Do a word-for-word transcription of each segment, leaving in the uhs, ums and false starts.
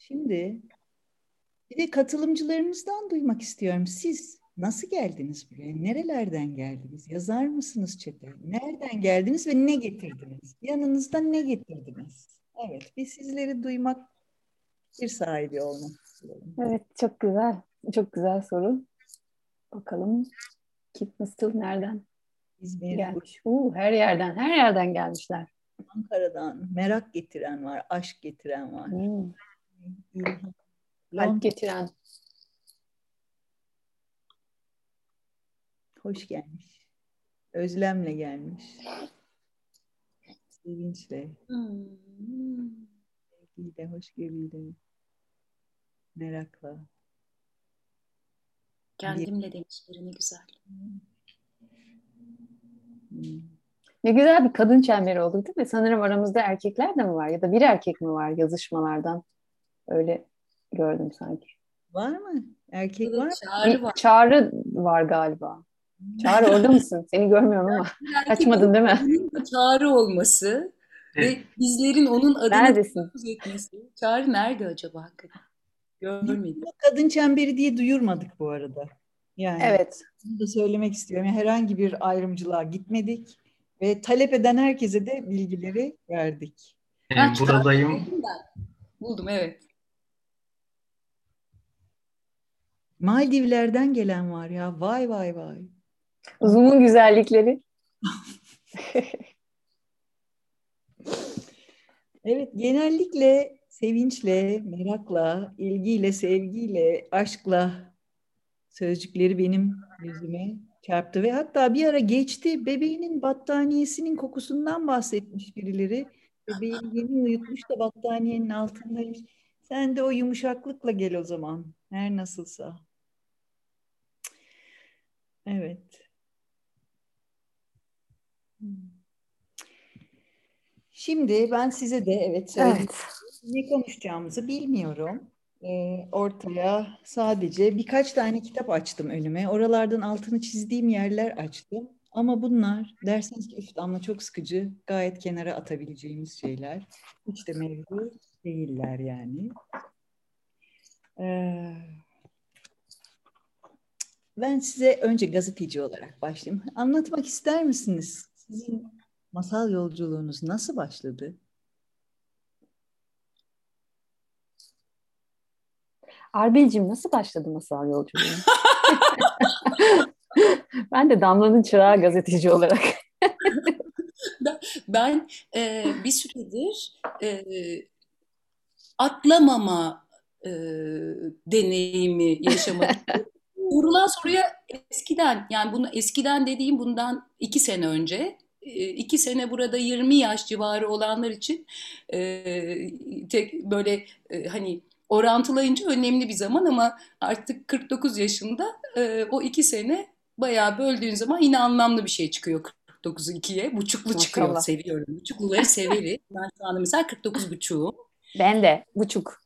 Şimdi bir de katılımcılarımızdan duymak istiyorum. Siz nasıl geldiniz buraya? Nerelerden geldiniz? Yazar mısınız çete? Nereden geldiniz ve ne getirdiniz? Yanınızda ne getirdiniz? Evet, bir sizleri duymak, bir sahibi olmak istiyorum. Evet, çok güzel. Çok güzel soru. Bakalım kim, nasıl, nereden İzmir, bu gelmiş? Uu, her yerden, her yerden gelmişler. Ankara'dan merak getiren var, aşk getiren var. Hmm, İlham, kalp Londra, getiren. hoş gelmiş. Özlemle gelmiş. Sevinçle, Hmm. sevgiyle, hoşgörüyle, merakla. Bir, Kendimle demişleri ne güzel. hmm. Ne güzel bir kadın çemberi olduk değil mi? Sanırım aramızda erkekler de mi var? Ya da bir erkek mi var yazışmalardan? Öyle gördüm sanki. Var mı? Erkek var Burada mı? çağrı Bir var. Çağrı var galiba. Çağrı orada mısın? Seni görmüyorum ama. Bir erkek Kaçmadın olup değil mi? adının da Çağrı olması ve bizlerin onun adını Neredesin? telaffuz etmesi. Çağrı nerede acaba hakikaten? Görmedim. Bu kadın çemberi diye duyurmadık bu arada. Yani Evet. bunu da söylemek istiyorum. Yani herhangi bir ayrımcılığa gitmedik ve talep eden herkese de bilgileri verdik. Ha, E, Çağrı buradayım. buldum ben. Buldum, evet. Maldivler'den gelen var ya. Vay vay vay. On- Zoom'un güzellikleri. Evet, genellikle sevinçle, merakla, ilgiyle, sevgiyle, aşkla sözcükleri benim yüzüme çarptı ve hatta bir ara geçti, bebeğinin battaniyesinin kokusundan bahsetmiş birileri. Bebeğini yeni uyutmuş da battaniyenin altındaymış. Sen de o yumuşaklıkla gel o zaman. Her nasılsa. Evet. Şimdi ben size de evet söyleyeyim. Evet. Ne konuşacağımızı bilmiyorum. Ee, ortaya sadece birkaç tane kitap açtım önüme. Oralardan altını çizdiğim yerler açtım. Ama bunlar derseniz ki "Üf, ama çok sıkıcı, gayet kenara atabileceğimiz şeyler. Hiç de mevzu değiller yani. Ee, ben size önce gazeteci olarak başlayayım. Anlatmak ister misiniz? Sizin masal yolculuğunuz nasıl başladı? Arbil'cim nasıl başladı masal yolculuğun? Ben de Damla'nın çırağı gazeteci olarak. Ben, ben e, bir süredir e, atlamama e, deneyimi yaşamak istiyorum. Sorulan soruya eskiden, yani bunu eskiden dediğim bundan iki sene önce, e, iki sene burada yirmi yaş civarı olanlar için e, tek böyle e, hani orantılayınca önemli bir zaman ama artık kırk dokuz yaşında e, o iki sene bayağı böldüğün zaman yine anlamlı bir şey çıkıyor kırk dokuzu ikiye. Buçuklu çıkıyor. Maşallah. Seviyorum. Buçukluları severiz. Ben şu anda mesela kırk dokuz buçuğum. Ben de buçuk.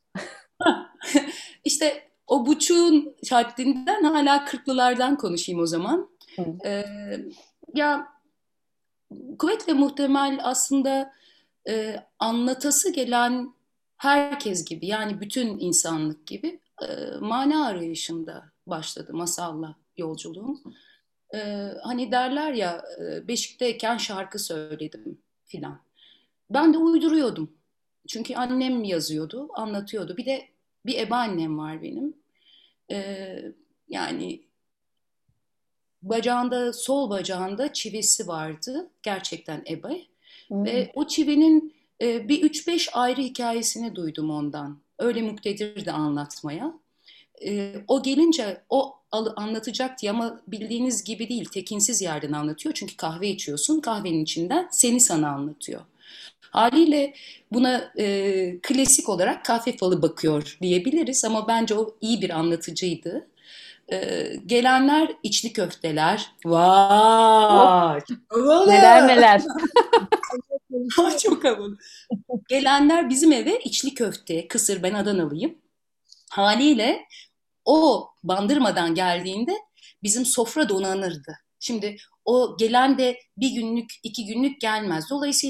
İşte o buçuğun haddinden hala kırklılardan konuşayım o zaman. Hı. Ee, ya kuvvetle muhtemel aslında e, anlatası gelen herkes gibi, yani bütün insanlık gibi e, mana arayışında başladı masalla yolculuğum. E, hani derler ya, e, Beşik'teyken şarkı söyledim filan. Ben de uyduruyordum. Çünkü annem yazıyordu, anlatıyordu. Bir de bir ebaannem var benim. Ee, yani bacağında, sol bacağında çivisi vardı. Gerçekten ebe. Hı. Ve o çivinin e, bir üç beş ayrı hikayesini duydum ondan. Öyle muktedirdi anlatmaya. E, o gelince o anlatacak diye, ama bildiğiniz gibi değil, tekinsiz yerden anlatıyor. Çünkü kahve içiyorsun, kahvenin içinden seni sana anlatıyor. Haliyle buna e, klasik olarak kahve falı bakıyor diyebiliriz ama bence o iyi bir anlatıcıydı. E, gelenler içli köfteler. Oh, Vay! neler Havalı! neler. Çok havalı. Gelenler bizim eve içli köfte, kısır, ben Adanalıyım. Haliyle o Bandırmadan geldiğinde bizim sofra donanırdı. Şimdi o gelen de bir günlük, iki günlük gelmez. Dolayısıyla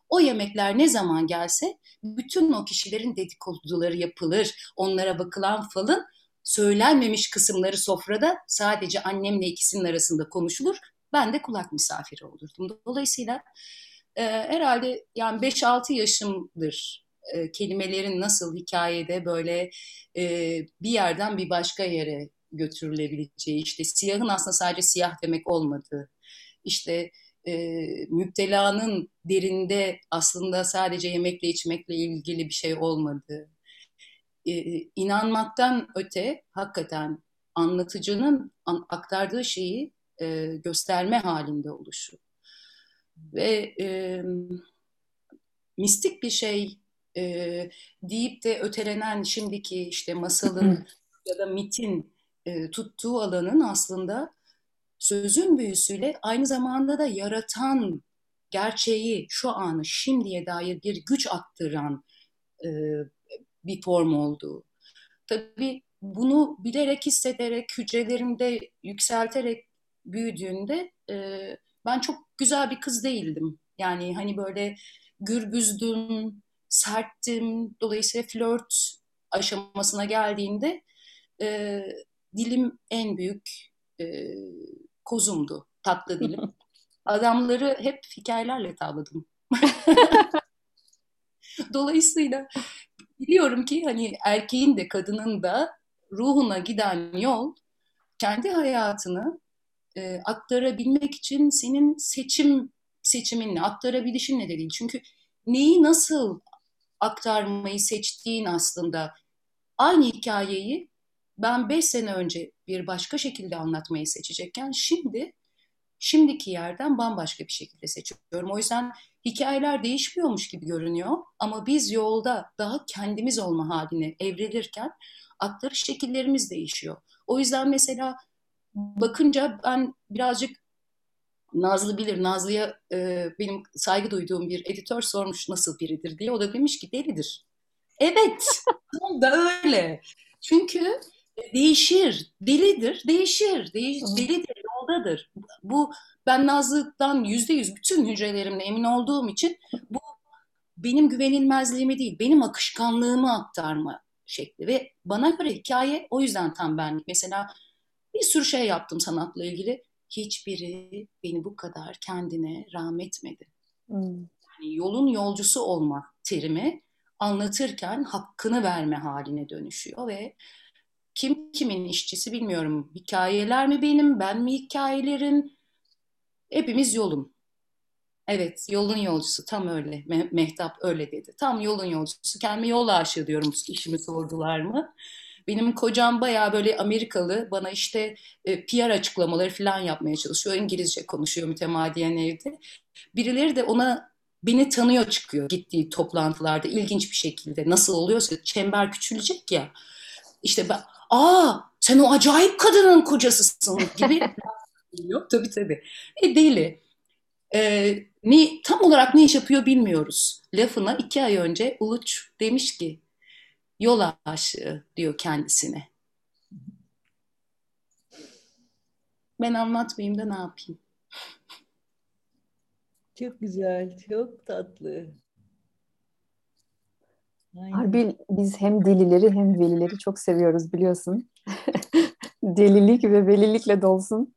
O yemekler ne zaman gelse bütün o kişilerin dedikoduları yapılır. Onlara bakılan falın söylenmemiş kısımları sofrada sadece annemle ikisinin arasında konuşulur. Ben de kulak misafiri olurdum. Dolayısıyla e, herhalde yani beş altı yaşımdır e, kelimelerin nasıl hikayede böyle e, bir yerden bir başka yere götürülebileceği, işte siyahın aslında sadece siyah demek olmadığı, işte e, müptelanın derinde aslında sadece yemekle içmekle ilgili bir şey olmadığı, e, inanmaktan öte hakikaten anlatıcının an, aktardığı şeyi e, gösterme halinde oluşu ve e, mistik bir şey e, deyip de ötelenen şimdiki işte masalın ya da mitin e, tuttuğu alanın aslında sözün büyüsüyle aynı zamanda da yaratan gerçeği, şu anı, şimdiye dair bir güç aktaran e, bir form olduğu. Tabii bunu bilerek, hissederek, hücrelerimde yükselterek büyüdüğünde e, ben çok güzel bir kız değildim. Yani hani böyle gürbüzdüm, serttim. Dolayısıyla flört aşamasına geldiğinde e, dilim en büyük e, kozumdu, tatlı dilim. Adamları hep hikayelerle tavladım. Dolayısıyla biliyorum ki hani erkeğin de kadının da ruhuna giden yol kendi hayatını e, aktarabilmek için senin seçim seçiminle, aktarabilişinle de değil. Çünkü neyi nasıl aktarmayı seçtiğin aslında aynı hikayeyi ben beş sene önce bir başka şekilde anlatmayı seçecekken şimdi şimdiki yerden bambaşka bir şekilde seçiyorum. O yüzden hikayeler değişmiyormuş gibi görünüyor ama biz yolda daha kendimiz olma haline evrilirken aktarış şekillerimiz değişiyor. O yüzden mesela bakınca ben birazcık Nazlı bilir. Nazlı'ya e, benim saygı duyduğum bir editör sormuş nasıl biridir diye. O da demiş ki delidir. Evet, tam da öyle. Çünkü değişir, delidir, değişir, değiş, delidir, yoldadır. Bu ben Nazlı'dan yüzde yüz bütün hücrelerimle emin olduğum için bu benim güvenilmezliğimi değil, benim akışkanlığımı aktarma şekli ve bana göre hikaye o yüzden tam benlik. Mesela bir sürü şey yaptım sanatla ilgili. Hiçbiri beni bu kadar kendine rahmetmedi. Hmm. Yani yolun yolcusu olma terimi anlatırken hakkını verme haline dönüşüyor ve kim kimin işçisi bilmiyorum. Hikayeler mi benim, ben mi hikayelerin? Hepimiz yolun. Evet, yolun yolcusu tam öyle. Mehtap öyle dedi. Tam yolun yolcusu. Kendime yol aşığı diyorum işimi sordular mı? Benim kocam bayağı böyle Amerikalı bana işte e, P R açıklamaları falan yapmaya çalışıyor. İngilizce konuşuyor mütemadiyen evde. Birileri de ona beni tanıyor çıkıyor gittiği toplantılarda ilginç bir şekilde. Nasıl oluyorsa çember küçülecek ya. İşte ben, aa sen o acayip kadının kocasısın gibi. Yok tabii tabii. E deli. E, ne, tam olarak ne iş yapıyor bilmiyoruz. Lafına iki ay önce Uluç demiş ki yol aşığı diyor kendisine. Ben anlatmayayım da ne yapayım? Çok güzel, çok tatlı. Aynen. Harbi biz hem delileri hem velileri çok seviyoruz biliyorsun. Delilik ve velilikle dolsun.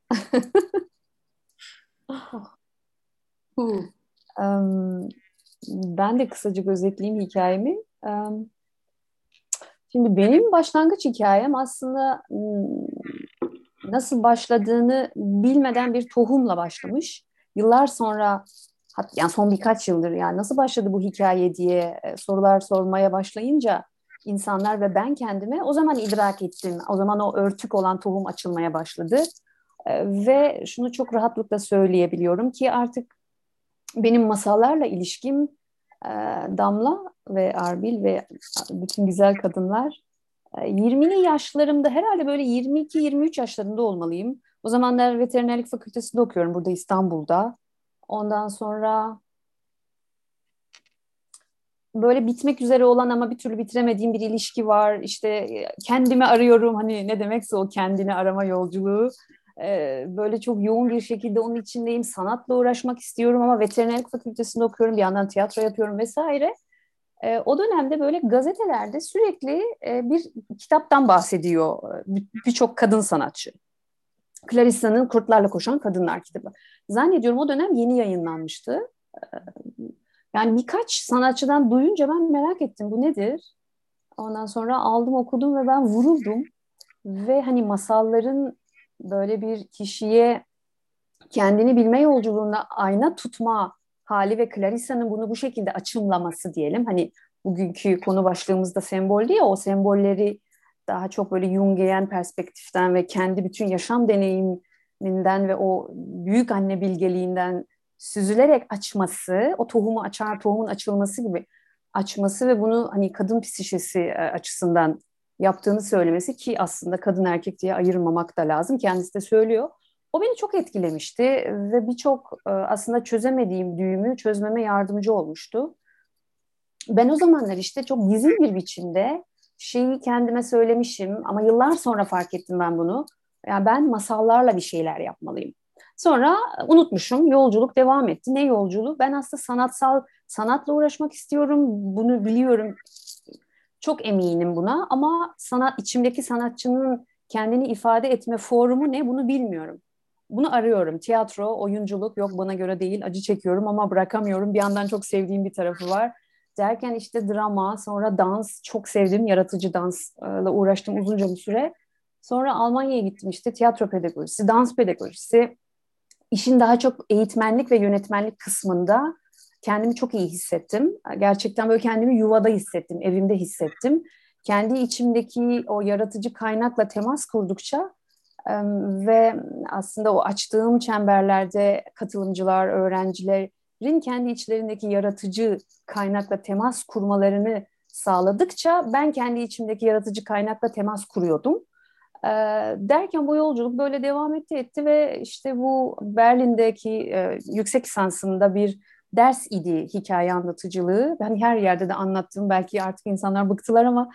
Huh. Um, ben de kısacık özetleyeyim hikayemi. Um, şimdi benim başlangıç hikayem aslında um, nasıl başladığını bilmeden bir tohumla başlamış. Yıllar sonra, hat, yani son birkaç yıldır yani nasıl başladı bu hikaye diye e, sorular sormaya başlayınca insanlar ve ben kendime o zaman idrak ettim. O zaman o örtük olan tohum açılmaya başladı. E, ve şunu çok rahatlıkla söyleyebiliyorum ki artık benim masallarla ilişkim e, Damla ve Arbil ve bütün güzel kadınlar yirmili yaşlarımda herhalde böyle yirmi iki yirmi üç yaşlarında olmalıyım. O zamanlar veterinerlik fakültesinde okuyorum burada İstanbul'da. Ondan sonra böyle bitmek üzere olan ama bir türlü bitiremediğim bir ilişki var. İşte kendimi arıyorum hani ne demekse o kendini arama yolculuğu. Ee, böyle çok yoğun bir şekilde onun içindeyim. Sanatla uğraşmak istiyorum ama veterinerlik fakültesinde okuyorum. Bir yandan tiyatro yapıyorum vesaire. Ee, o dönemde böyle gazetelerde sürekli e, bir kitaptan bahsediyor e, bir- birçok kadın sanatçı. Clarissa'nın Kurtlarla Koşan Kadınlar kitabı. Zannediyorum o dönem yeni yayınlanmıştı. Yani birkaç sanatçıdan duyunca ben merak ettim, bu nedir? Ondan sonra aldım okudum ve ben vuruldum. Ve hani masalların böyle bir kişiye kendini bilme yolculuğunda ayna tutma hali ve Clarissa'nın bunu bu şekilde açımlaması diyelim. Hani bugünkü konu başlığımızda semboldü ya, o sembolleri daha çok böyle Jungian perspektiften ve kendi bütün yaşam deneyiminden ve o büyük anne bilgeliğinden süzülerek açması, o tohumu açar tohumun açılması gibi açması ve bunu hani kadın psişesi e, açısından yaptığını söylemesi, ki aslında kadın erkek diye ayırmamak da lazım. Kendisi de söylüyor. O beni çok etkilemişti ve birçok e, aslında çözemediğim düğümü çözmeme yardımcı olmuştu. Ben o zamanlar işte çok gizli bir biçimde şeyi kendime söylemişim ama yıllar sonra fark ettim ben bunu. Yani ben masallarla bir şeyler yapmalıyım. Sonra unutmuşum, yolculuk devam etti. Ne yolculuğu? Ben aslında sanatsal, sanatla uğraşmak istiyorum. Bunu biliyorum. Çok eminim buna ama sanat, içimdeki sanatçının kendini ifade etme formu ne, bunu bilmiyorum. Bunu arıyorum. Tiyatro, oyunculuk yok, bana göre değil. Acı çekiyorum ama bırakamıyorum. Bir yandan çok sevdiğim bir tarafı var. Derken işte drama, sonra dans, çok sevdim. Yaratıcı dansla uğraştım uzunca bir süre. Sonra Almanya'ya gittim, işte tiyatro pedagojisi, dans pedagojisi. İşin daha çok eğitmenlik ve yönetmenlik kısmında kendimi çok iyi hissettim. Gerçekten böyle kendimi yuvada hissettim, evimde hissettim. Kendi içimdeki o yaratıcı kaynakla temas kurdukça ve aslında o açtığım çemberlerde katılımcılar, öğrencilerin kendi içlerindeki yaratıcı kaynakla temas kurmalarını sağladıkça ben kendi içimdeki yaratıcı kaynakla temas kuruyordum. E, Derken bu yolculuk böyle devam etti etti ve işte bu Berlin'deki e, yüksek lisansımda bir ders idi hikaye anlatıcılığı. Ben her yerde de anlattım. Belki artık insanlar bıktılar ama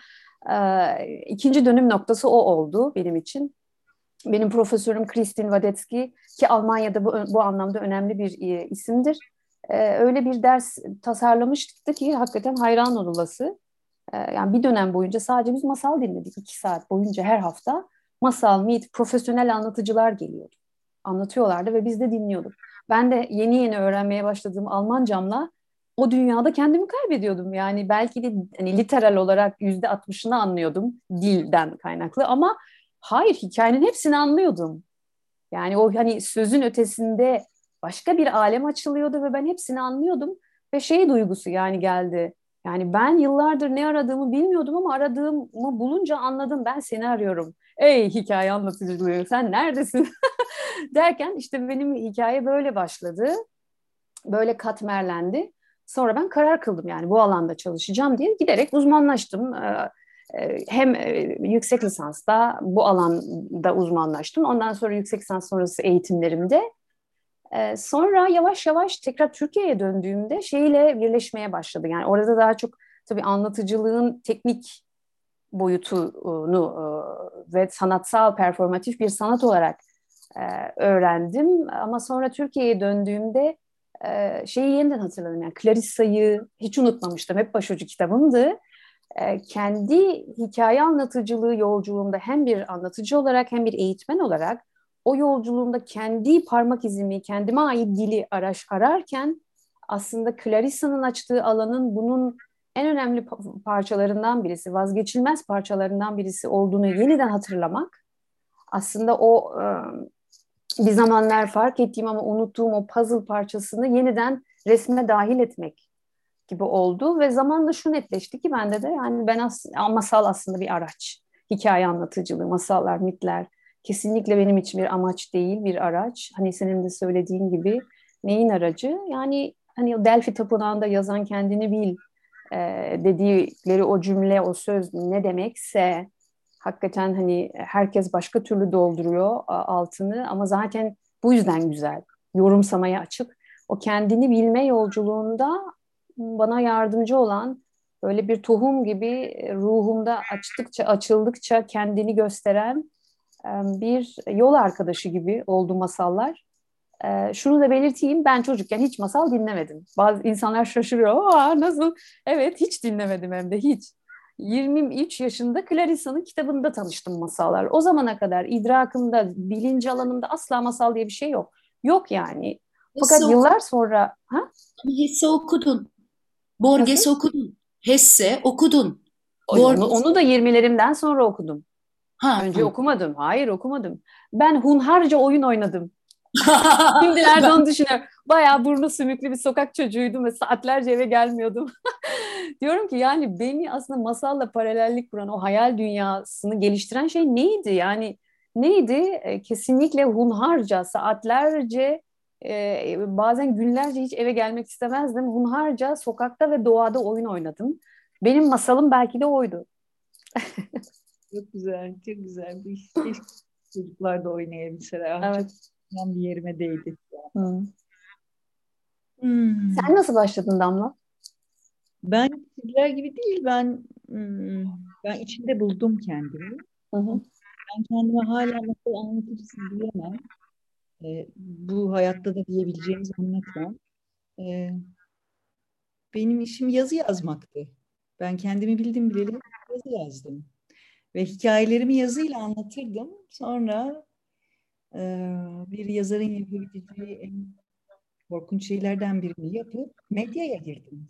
e, ikinci dönüm noktası o oldu benim için. Benim profesörüm Kristin Wadecki, ki Almanya'da bu, bu anlamda önemli bir e, isimdir. E, öyle bir ders tasarlamıştı ki hakikaten hayran olulası. E, yani bir dönem boyunca sadece biz masal dinledik. İki saat boyunca her hafta masal, mit, profesyonel anlatıcılar geliyordu. Anlatıyorlardı ve biz de dinliyorduk. Ben de yeni yeni öğrenmeye başladığım Almancamla o dünyada kendimi kaybediyordum. Yani belki de hani literal olarak yüzde altmışını anlıyordum dilden kaynaklı ama hayır, hikayenin hepsini anlıyordum. Yani o hani sözün ötesinde başka bir alem açılıyordu ve ben hepsini anlıyordum ve şey duygusu yani geldi. Yani ben yıllardır ne aradığımı bilmiyordum ama aradığımı bulunca anladım. Ben seni arıyorum. Ey hikaye anlatıcılığı, sen neredesin? Derken işte benim hikaye böyle başladı. Böyle katmerlendi. Sonra ben karar kıldım, yani bu alanda çalışacağım diye giderek uzmanlaştım. Ee, e, Hem e, yüksek lisansta bu alanda uzmanlaştım. Ondan sonra yüksek lisans sonrası eğitimlerimde. Ee, Sonra yavaş yavaş tekrar Türkiye'ye döndüğümde şeyle birleşmeye başladı. Yani orada daha çok tabii anlatıcılığın teknik boyutunu e, ve sanatsal, performatif bir sanat olarak e, öğrendim. Ama sonra Türkiye'ye döndüğümde e, şeyi yeniden hatırladım. Yani Clarissa'yı hiç unutmamıştım. Hep başucu kitabımdı. E, kendi hikaye anlatıcılığı yolculuğumda hem bir anlatıcı olarak hem bir eğitmen olarak o yolculuğumda kendi parmak izimi, kendime ait dili araş ararken aslında Clarissa'nın açtığı alanın bunun en önemli parçalarından birisi, vazgeçilmez parçalarından birisi olduğunu yeniden hatırlamak, aslında o e, bir zamanlar fark ettiğim ama unuttuğum o puzzle parçasını yeniden resme dahil etmek gibi oldu ve zamanla şu netleşti ki bende de, yani ben aslında masal aslında bir araç. Hikaye anlatıcılığı, masallar, mitler kesinlikle benim için bir amaç değil, bir araç. Hani senin de söylediğin gibi neyin aracı? Yani hani o Delphi Tapınağı'nda yazan kendini bil e, dedikleri o cümle, o söz ne demekse hakikaten hani herkes başka türlü dolduruyor altını ama zaten bu yüzden güzel. Yorumsamaya açık. O kendini bilme yolculuğunda bana yardımcı olan böyle bir tohum gibi ruhumda açtıkça açıldıkça kendini gösteren bir yol arkadaşı gibi oldu masallar. Ee, şunu da belirteyim, ben çocukken hiç masal dinlemedim. Bazı insanlar şaşırıyor. Aa, nasıl? Evet, hiç dinlemedim hem de hiç. yirmi üç yaşında Clarissa'nın kitabında tanıştım masallar. O zamana kadar idrakımda, bilinci alanımda asla masal diye bir şey yok. Yok yani. Hesse Fakat okudun. yıllar sonra, ha? Hesse okudun. Nasıl? Borges okudun. Hesse okudun. Onu, Borges. onu da yirmilerimden sonra okudum. Ha. Önce okumadım. Hayır, okumadım. Ben hunharca oyun oynadım. Şimdilerde Ben onu düşünüyorum. Bayağı burnu sümüklü bir sokak çocuğuydum ve saatlerce eve gelmiyordum. Diyorum ki yani beni aslında masalla paralellik kuran o hayal dünyasını geliştiren şey neydi? Yani neydi? E, kesinlikle hunharca, saatlerce, e, bazen günlerce hiç eve gelmek istemezdim. Hunharca sokakta ve doğada oyun oynadım. Benim masalım belki de oydu. Çok güzel, çok güzel bir iş. Keşke çocuklar da oynayabilseler. Ah, çok Evet. bir yerime değdi. Hı. Sen Hmm. nasıl başladın Damla? Ben sizler gibi değil, ben hmm, ben içinde buldum kendimi. Hı hı. Ben kendime hala nasıl anlatırsın diyemem. E, bu hayatta da diyebileceğimizi anlatmam. E, benim işim yazı yazmaktı. Ben kendimi bildim bileli yazı yazdım. Ve hikayelerimi yazıyla anlatırdım. Sonra e, bir yazarın yapabileceği en korkunç şeylerden birini yapıp medyaya girdim.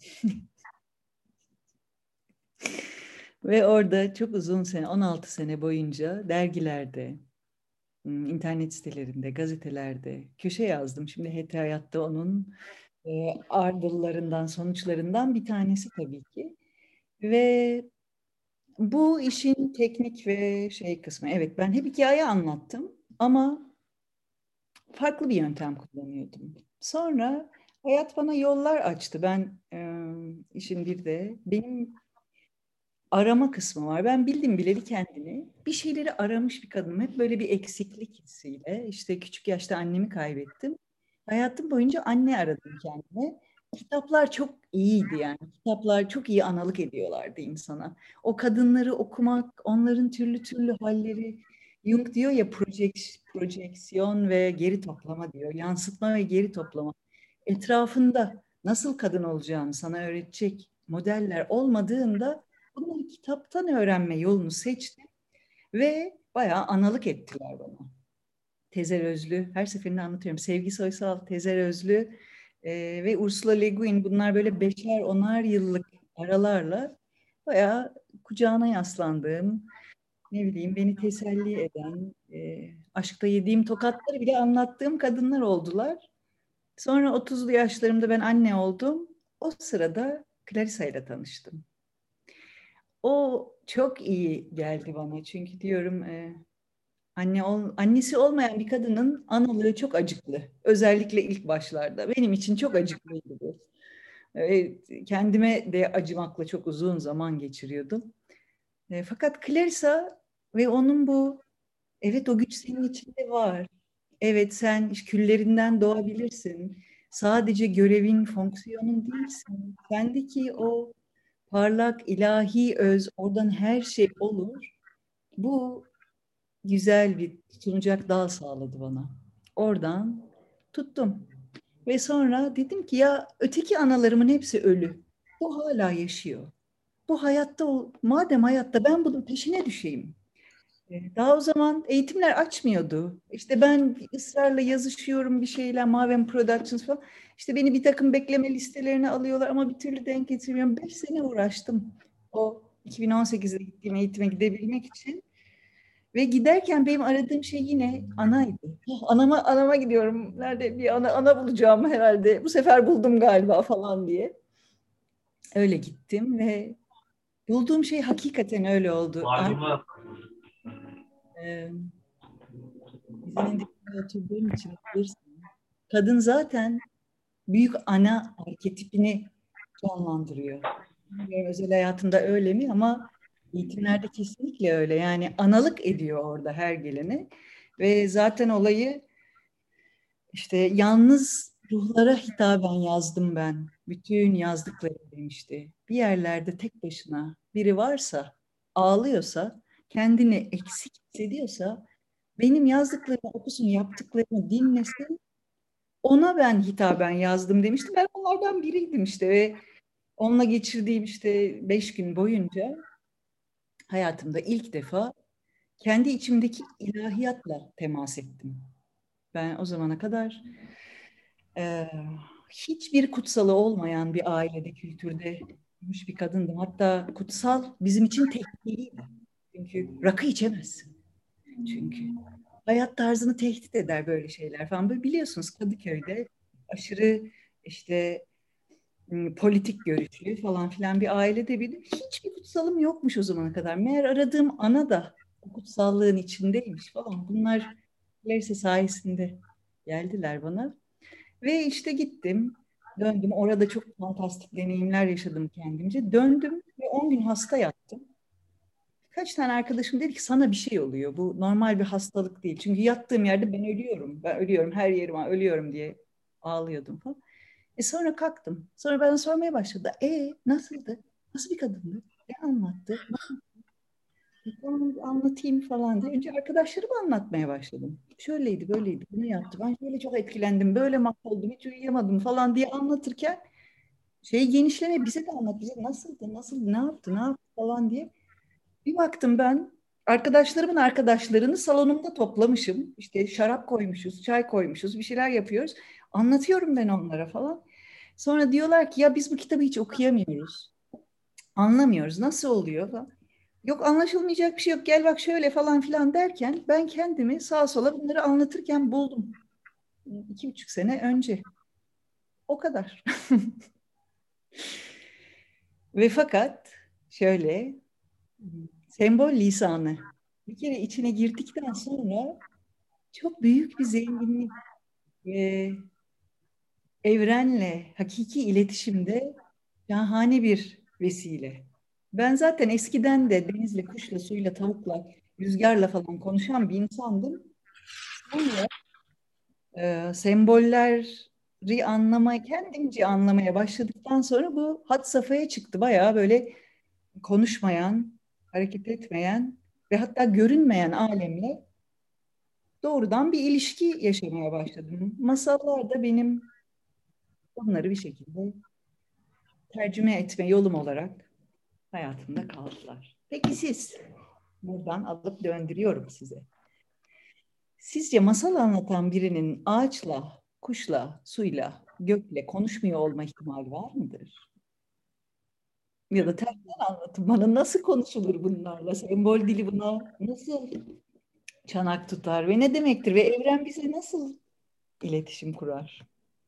Ve orada çok uzun sene, on altı sene boyunca dergilerde, m, internet sitelerinde, gazetelerde köşe yazdım. Şimdi H T Hayat'ta onun e, ardıllarından, sonuçlarından bir tanesi tabii ki. Ve bu işin teknik ve şey kısmı. Evet, ben hep hikaye anlattım ama farklı bir yöntem kullanıyordum. Sonra hayat bana yollar açtı. Ben e, işin bir de benim arama kısmı var. Ben bildim bileli kendini bir şeyleri aramış bir kadınım. Hep böyle bir eksiklik hissiyle. İşte küçük yaşta annemi kaybettim. Hayatım boyunca anne aradım kendime. Kitaplar çok iyiydi yani. Kitaplar çok iyi analık ediyorlardı insana. O kadınları okumak, onların türlü türlü halleri. Jung diyor ya projek- projeksiyon ve geri toplama diyor. Yansıtma ve geri toplama. Etrafında nasıl kadın olacağını sana öğretecek modeller olmadığında bunları kitaptan öğrenme yolunu seçtim ve bayağı analık ettiler bana. Tezer Özlü, her seferinde anlatıyorum. Sevgi Soysal, Tezer Özlü e, ve Ursula Le Guin, bunlar böyle beşer, onar yıllık aralarla bayağı kucağına yaslandığım, ne bileyim beni teselli eden, e, aşkta yediğim tokatları bile anlattığım kadınlar oldular. Sonra otuzlu yaşlarımda ben anne oldum. O sırada Clarissa ile tanıştım. O çok iyi geldi bana çünkü diyorum e, anne ol, annesi olmayan bir kadının analığı çok acıklı. Özellikle ilk başlarda. Benim için çok acıklıydı bu. Evet, kendime de acımakla çok uzun zaman geçiriyordum. E, fakat Clarissa ve onun bu, evet o güç senin içinde var. Evet sen küllerinden doğabilirsin. Sadece görevin, fonksiyonun değilsin. Sendeki o parlak ilahi öz, oradan her şey olur. Bu güzel bir tutunacak dal sağladı bana. Oradan tuttum. Ve sonra dedim ki ya öteki analarımın hepsi ölü. Bu hala yaşıyor. Bu hayatta, madem hayatta ben bunun peşine düşeyim. E, Daha o zaman eğitimler açmıyordu. İşte ben ısrarla yazışıyorum bir şeyler, Maven Productions falan. İşte beni bir takım bekleme listelerine alıyorlar ama bir türlü denk getirmiyorum. Beş sene uğraştım o iki bin on sekizde gittiğim eğitime gidebilmek için. Ve giderken benim aradığım şey yine anaydı. Oh, anama, anama gidiyorum. Nerede bir ana, ana bulacağım herhalde. Bu sefer buldum galiba falan diye. Öyle gittim ve bulduğum şey hakikaten öyle oldu. Ay, e, dizinin dibinde oturduğum için bilirsin. Kadın zaten büyük ana arketipini canlandırıyor. Bilmiyorum özel hayatında öyle mi ama eğitimlerde kesinlikle öyle. Yani analık ediyor orada her geleni. Ve zaten olayı işte yalnız ruhlara hitaben yazdım ben. Bütün yazdıklarım demişti. Bir yerlerde tek başına biri varsa, ağlıyorsa, kendini eksik hissediyorsa benim yazdıklarımı okusun, yaptıklarımı dinlesin. Ona ben hitaben yazdım demiştim. Ben onlardan biriydim işte ve onunla geçirdiğim işte beş gün boyunca hayatımda ilk defa kendi içimdeki ilahiyatla temas ettim. Ben o zamana kadar e, hiçbir kutsalı olmayan bir ailede, kültürde büyümüş bir kadındım. Hatta kutsal bizim için tehlikeliydi. Çünkü rakı içemezsin. Çünkü hayat tarzını tehdit eder böyle şeyler falan. Böyle biliyorsunuz Kadıköy'de aşırı işte m, politik görüşlü falan filan bir ailede bir hiçbir kutsalım yokmuş o zamana kadar. Meğer aradığım ana da o kutsallığın içindeymiş falan. Bunlar ilerisi sayesinde geldiler bana. Ve işte gittim, döndüm. Orada çok fantastik deneyimler yaşadım kendimce. Döndüm ve on gün hasta yattım. Kaç tane arkadaşım dedi ki sana bir şey oluyor. Bu normal bir hastalık değil. Çünkü yattığım yerde ben ölüyorum. Ben ölüyorum. Her yerim ölüyorum diye ağlıyordum falan. E sonra kalktım. Sonra bana sormaya başladı. E nasıldı? Nasıl bir kadındı? Ne anlattı? E, tamam anlatayım falan diye. Önce arkadaşlarıma anlatmaya başladım. Şöyleydi, böyleydi, bunu yaptı. Ben şöyle çok etkilendim, böyle mahvoldum, hiç uyuyamadım falan diye anlatırken şey genişleme bize de anlat, bize nasıldı, nasıl, ne yaptı, ne yaptı falan diye. Bir baktım ben arkadaşlarımın arkadaşlarını salonumda toplamışım. İşte şarap koymuşuz, çay koymuşuz, bir şeyler yapıyoruz. Anlatıyorum ben onlara falan. Sonra diyorlar ki ya biz bu kitabı hiç okuyamıyoruz. Anlamıyoruz. Nasıl oluyor falan. Yok anlaşılmayacak bir şey yok. Gel bak şöyle falan filan derken ben kendimi sağa sola bunları anlatırken buldum. İki buçuk sene önce. O kadar. Ve fakat şöyle sembol lisanı bir kere içine girdikten sonra çok büyük bir zenginlik ve evrenle hakiki iletişimde şahane bir vesile. Ben zaten eskiden de denizle, kuşla, suyla, tavukla, rüzgarla falan konuşan bir insandım. Sonra e, sembolleri anlamaya, kendimce anlamaya başladıktan sonra bu had safhaya çıktı. Bayağı böyle konuşmayan, hareket etmeyen ve hatta görünmeyen alemle doğrudan bir ilişki yaşamaya başladım. Masallar da benim onları bir şekilde tercüme etme yolum olarak hayatımda kaldılar. Peki siz, buradan alıp döndürüyorum size. Sizce masal anlatan birinin ağaçla, kuşla, suyla, gökle konuşmuyor olma ihtimali var mıdır? Ya da tersten anlatın bana nasıl konuşulur bunlarla? Sembol dili buna nasıl çanak tutar ve ne demektir? Ve evren bize nasıl iletişim kurar?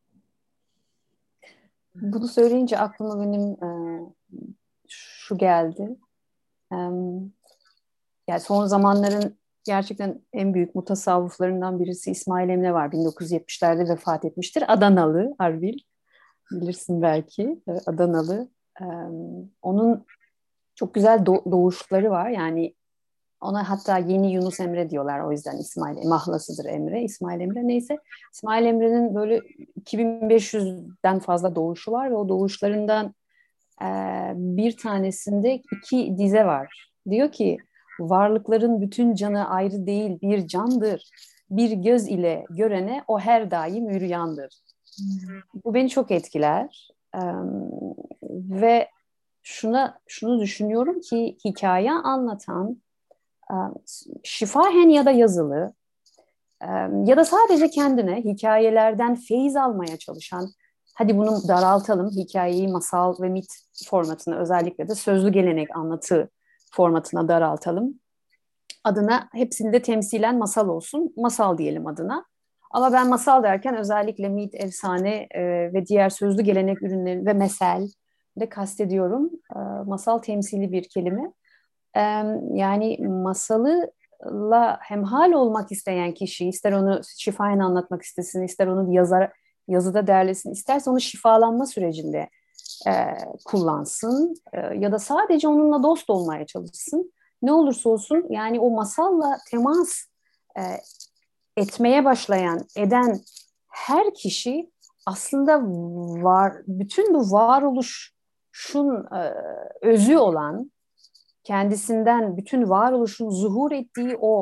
Bunu söyleyince aklıma benim e, şu geldi. E, Yani son zamanların gerçekten en büyük mutasavvıflarından birisi İsmail Emre var. bin dokuz yüz yetmişlerde vefat etmiştir. Adanalı, Arbil. Bilirsin belki. E, Adanalı. E, onun çok güzel do- doğuşları var. Yani ona hatta yeni Yunus Emre diyorlar. O yüzden İsmail, mahlasıdır Emre. İsmail Emre neyse. İsmail Emre'nin böyle iki bin beş yüzden fazla doğuşu var ve o doğuşlarından e, bir tanesinde iki dize var. Diyor ki varlıkların bütün canı ayrı değil bir candır. Bir göz ile görene o her daim yürüyandır. Bu beni çok etkiler. E, ve şuna şunu düşünüyorum ki hikaye anlatan e, şifahen ya da yazılı e, ya da sadece kendine hikayelerden feyiz almaya çalışan, hadi bunu daraltalım, hikayeyi masal ve mit formatına, özellikle de sözlü gelenek anlatı formatına daraltalım. Adına hepsinde temsilen masal olsun, masal diyelim adına. Ama ben masal derken özellikle mit, efsane e, ve diğer sözlü gelenek ürünleri ve mesel de kastediyorum. E, masal temsili bir kelime. E, Yani masalıla hemhal olmak isteyen kişi, ister onu şifayen anlatmak istesin, ister onu yazar, yazıda derlesin, isterse onu şifalanma sürecinde e, kullansın e, ya da sadece onunla dost olmaya çalışsın. Ne olursa olsun yani o masalla temas e, etmeye başlayan, eden her kişi aslında var, bütün bu varoluşun e, özü olan, kendisinden bütün varoluşun zuhur ettiği o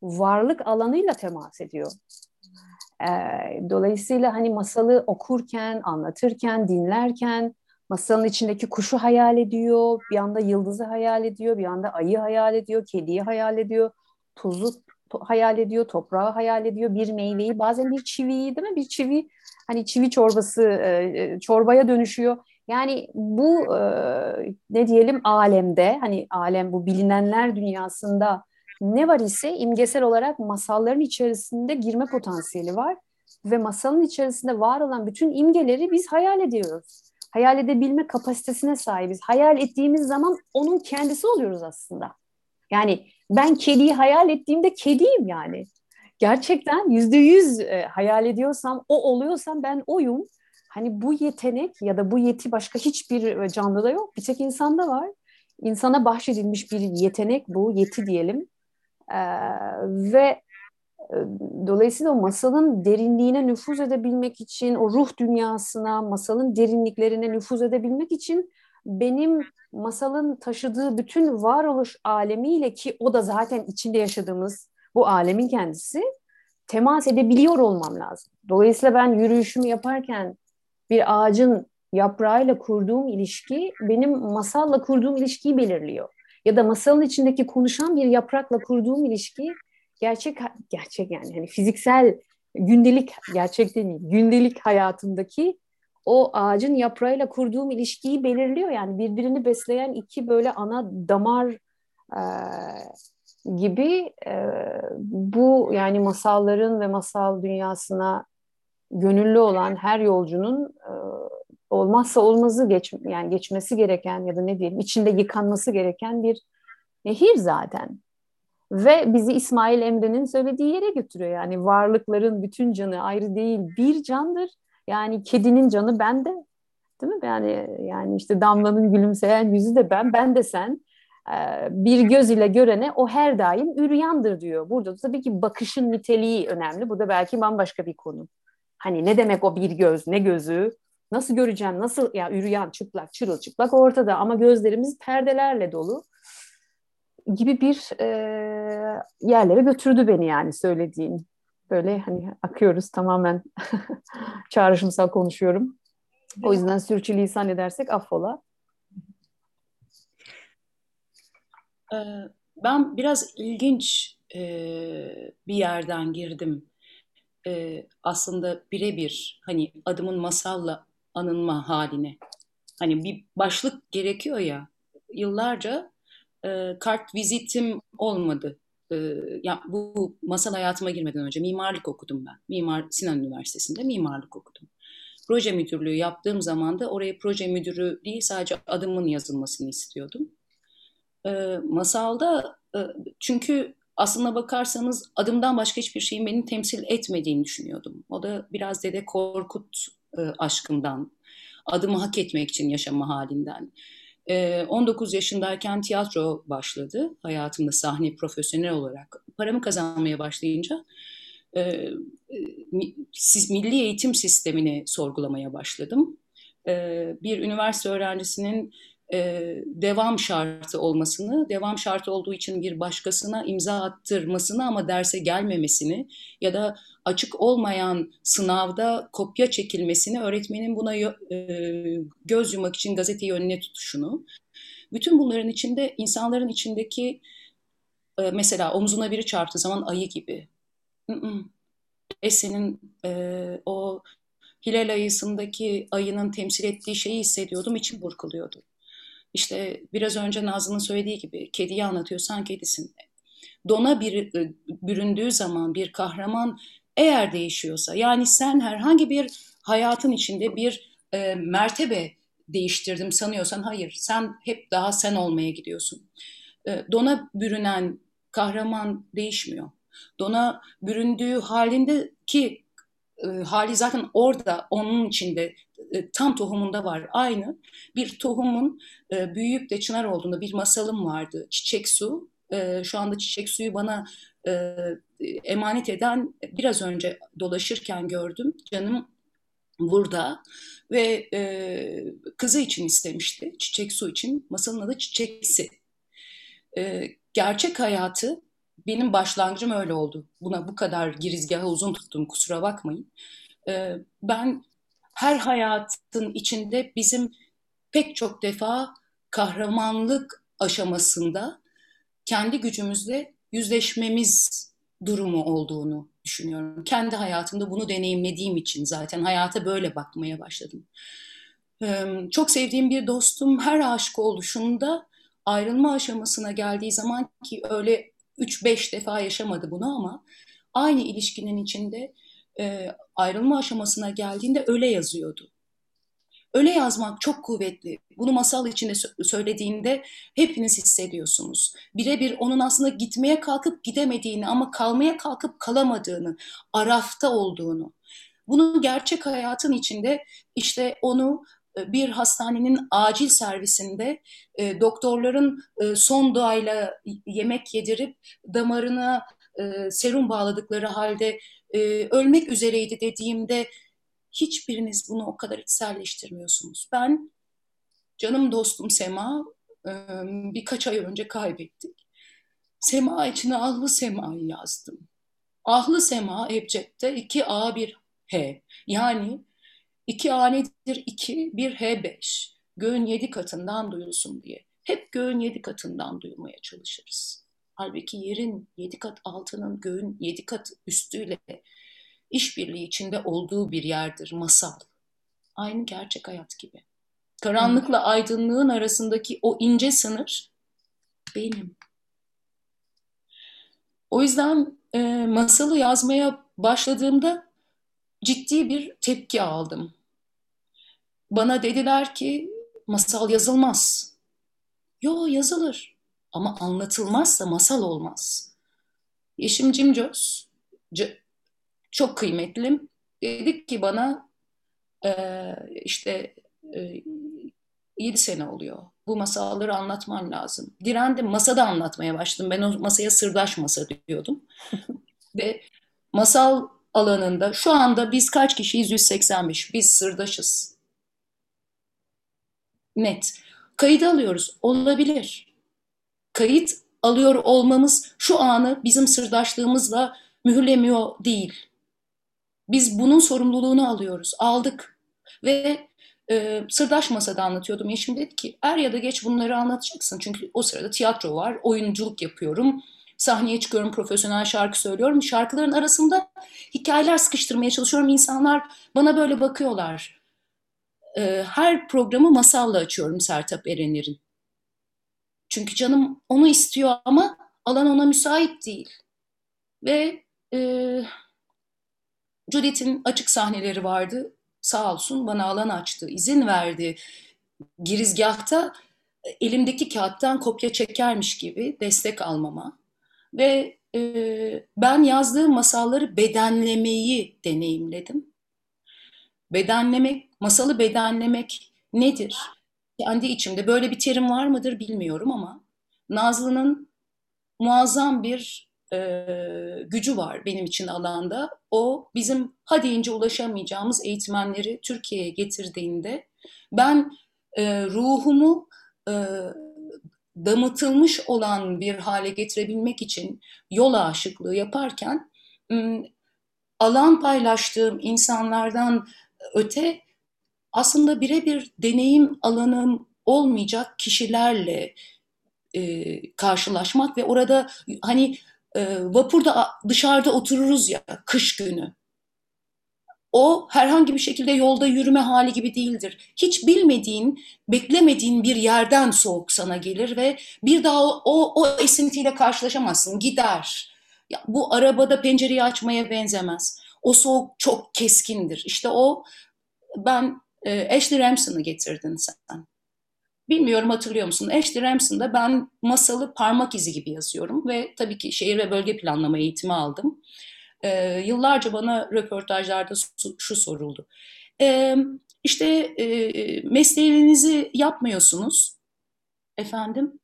varlık alanıyla temas ediyor. E, dolayısıyla hani masalı okurken, anlatırken, dinlerken masalın içindeki kuşu hayal ediyor, bir anda yıldızı hayal ediyor, bir anda ayı hayal ediyor, kediyi hayal ediyor, tuzu to- hayal ediyor, toprağı hayal ediyor, bir meyveyi, bazen bir çiviyi, değil mi? Bir çivi, hani çivi çorbası e, çorbaya dönüşüyor. Yani bu e, ne diyelim alemde, hani alem bu bilinenler dünyasında ne var ise imgesel olarak masalların içerisinde girme potansiyeli var ve masalın içerisinde var olan bütün imgeleri biz hayal ediyoruz. Hayal edebilme kapasitesine sahibiz. Hayal ettiğimiz zaman onun kendisi oluyoruz aslında. Yani ben kediyi hayal ettiğimde kediyim yani. Gerçekten yüzde yüz e, hayal ediyorsam, o oluyorsam ben oyum. Hani bu yetenek ya da bu yeti başka hiçbir canlıda yok. Bir tek insanda var. İnsana bahşedilmiş bir yetenek bu, yeti diyelim. Ee, ve e, dolayısıyla o masalın derinliğine nüfuz edebilmek için, o ruh dünyasına, masalın derinliklerine nüfuz edebilmek için benim masalın taşıdığı bütün varoluş alemiyle, ki o da zaten içinde yaşadığımız bu alemin kendisi, temas edebiliyor olmam lazım. Dolayısıyla ben yürüyüşümü yaparken bir ağacın yaprağıyla kurduğum ilişki benim masalla kurduğum ilişkiyi belirliyor. Ya da masalın içindeki konuşan bir yaprakla kurduğum ilişki gerçek gerçek yani hani fiziksel gündelik, gerçek değil, gündelik hayatımdaki o ağacın yaprağıyla kurduğum ilişkiyi belirliyor. Yani birbirini besleyen iki böyle ana damar e, gibi e, bu yani masalların ve masal dünyasına gönüllü olan her yolcunun e, olmazsa olmazı geç, yani geçmesi gereken ya da ne diyelim içinde yıkanması gereken bir nehir zaten. Ve bizi İsmail Emre'nin söylediği yere götürüyor. Yani varlıkların bütün canı ayrı değil, bir candır. Yani kedinin canı bende, değil mi? Yani yani işte Damla'nın gülümseyen yüzü de ben, ben de sen. Ee, bir göz ile görene o her daim üryandır diyor. Burada da tabii ki bakışın niteliği önemli. Bu da belki bambaşka bir konu. Hani ne demek o bir göz, ne gözü? Nasıl göreceğim, nasıl ya üryan, çıplak, çırılçıplak ortada ama gözlerimiz perdelerle dolu gibi bir e, yerlere götürdü beni yani söylediğin. Böyle hani akıyoruz tamamen çağrışımsal konuşuyorum. O yüzden sürçülisan edersek affola. Ee, Ben biraz ilginç e, bir yerden girdim. Ee, aslında birebir hani adımın masalla anılma haline. Hani bir başlık gerekiyor ya. Yıllarca e, kart vizitim olmadı. E, Ya bu masal hayatıma girmeden önce mimarlık okudum ben. Mimar Sinan Üniversitesi'nde mimarlık okudum. Proje müdürlüğü yaptığım zaman da oraya proje müdürü değil sadece adımın yazılmasını istiyordum. E, masalda e, çünkü aslına bakarsanız adımdan başka hiçbir şeyin beni temsil etmediğini düşünüyordum. O da biraz Dede Korkut e, aşkından, adımı hak etmek için yaşama halinden. E, on dokuz yaşındayken tiyatro başladı hayatımda sahne profesyonel olarak. Paramı kazanmaya başlayınca e, siz milli eğitim sistemini sorgulamaya başladım. E, bir üniversite öğrencisinin e, devam şartı olmasını, devam şartı olduğu için bir başkasına imza attırmasını ama derse gelmemesini ya da açık olmayan sınavda kopya çekilmesini, öğretmenin buna e, göz yumak için gazeteyi önüne tutuşunu. Bütün bunların içinde insanların içindeki e, mesela omzuna biri çarptığı zaman ayı gibi. Esin'in e, o Hilal ayısındaki ayının temsil ettiği şeyi hissediyordum, içim burkuluyordu. İşte biraz önce Nazlı'nın söylediği gibi kediyi anlatıyorsan kedisin. Dona bir, büründüğü zaman bir kahraman eğer değişiyorsa yani sen herhangi bir hayatın içinde bir e, mertebe değiştirdim sanıyorsan hayır sen hep daha sen olmaya gidiyorsun. E, dona bürünen kahraman değişmiyor. Dona büründüğü halindeki e, hali zaten orada onun içinde e, tam tohumunda var. Aynı bir tohumun e, büyüyüp de çınar olduğunda bir masalım vardı. Çiçek su. E, şu anda çiçek suyu bana e, emanet eden biraz önce dolaşırken gördüm. Canım burada ve e, kızı için istemişti. Çiçek su için. Masalın adı Çiçeksi. E, gerçek hayatı benim başlangıcım öyle oldu. Buna bu kadar girizgahı uzun tuttum, kusura bakmayın. Ee, ben her hayatın içinde bizim pek çok defa kahramanlık aşamasında kendi gücümüzle yüzleşmemiz durumu olduğunu düşünüyorum. Kendi hayatımda bunu deneyimlediğim için zaten hayata böyle bakmaya başladım. Ee, çok sevdiğim bir dostum her aşık oluşunda ayrılma aşamasına geldiği zaman, ki öyle üç beş defa yaşamadı bunu ama aynı ilişkinin içinde e, ayrılma aşamasına geldiğinde öyle yazıyordu. Öyle yazmak çok kuvvetli. Bunu masal içinde sö- söylediğinde hepiniz hissediyorsunuz. Birebir onun aslında gitmeye kalkıp gidemediğini ama kalmaya kalkıp kalamadığını, arafta olduğunu. Bunu gerçek hayatın içinde işte onu e, bir hastanenin acil servisinde e, doktorların e, son duayla yemek yedirip damarına e, serum bağladıkları halde e, ölmek üzereydi dediğimde hiçbiriniz bunu o kadar içselleştirmiyorsunuz. Ben canım dostum Sema e, birkaç ay önce kaybettik. Sema içine Ahlı Sema'yı yazdım. Ahlı Sema Ebced'de iki A bir H. Yani iki A nedir? iki, bir H beş. Göğün yedi katından duyulsun diye. Hep göğün yedi katından duyulmaya çalışırız. Halbuki yerin yedi kat altının göğün yedi kat üstüyle işbirliği içinde olduğu bir yerdir masal. Aynı gerçek hayat gibi. Karanlıkla aydınlığın arasındaki o ince sınır benim. O yüzden e, masalı yazmaya başladığımda ciddi bir tepki aldım. Bana dediler ki masal yazılmaz. Yo, yazılır ama anlatılmazsa masal olmaz. Yeşim Cimcöz çok kıymetlim. Dedik ki bana e, işte e, yedi sene oluyor. Bu masalları anlatman lazım. Direndim. Masada anlatmaya başladım. Ben o masaya sırdaş masa diyordum. Ve masal alanında şu anda biz kaç kişiyiz? yüz seksen beş. Biz sırdaşız. Net. Kayıt alıyoruz. Olabilir. Kayıt alıyor olmamız şu anı bizim sırdaşlığımızla mühürlemiyor değil. Biz bunun sorumluluğunu alıyoruz. Aldık. Ve e, sırdaş masada anlatıyordum. Yeşim dedi ki er ya da geç bunları anlatacaksın. Çünkü o sırada tiyatro var, oyunculuk yapıyorum. Sahneye çıkıyorum, profesyonel şarkı söylüyorum. Şarkıların arasında hikayeler sıkıştırmaya çalışıyorum. İnsanlar bana böyle bakıyorlar. E, her programı masalla açıyorum Sertab Erener'in. Çünkü canım onu istiyor ama alan ona müsait değil. Ve e, Judith'in açık sahneleri vardı. Sağ olsun bana alan açtı, izin verdi. Girizgahta elimdeki kağıttan kopya çekermiş gibi destek almama. Ve e, ben yazdığım masalları bedenlemeyi deneyimledim. Bedenlemek, masalı bedenlemek nedir? Kendi içimde böyle bir terim var mıdır bilmiyorum ama Nazlı'nın muazzam bir e, gücü var benim için alanda. O bizim ha deyince ulaşamayacağımız eğitmenleri Türkiye'ye getirdiğinde ben e, ruhumu e, damıtılmış olan bir hale getirebilmek için yol aşıklığı yaparken m, alan paylaştığım insanlardan öte aslında birebir deneyim alanım olmayacak kişilerle e, karşılaşmak ve orada hani e, vapurda dışarıda otururuz ya kış günü. O herhangi bir şekilde yolda yürüme hali gibi değildir. Hiç bilmediğin, beklemediğin bir yerden soğuk sana gelir ve bir daha o, o, o esintiyle karşılaşamazsın, gider. Ya, bu arabada pencereyi açmaya benzemez. O soğuk çok keskindir. İşte o ben e, Ashley Ramson'ı getirdin sen. Bilmiyorum hatırlıyor musun? Ashley Ramson'da ben masalı parmak izi gibi yazıyorum ve tabii ki şehir ve bölge planlama eğitimi aldım. Ee, yıllarca bana röportajlarda şu, şu soruldu. Ee, işte e, mesleğinizi yapmıyorsunuz. Efendim,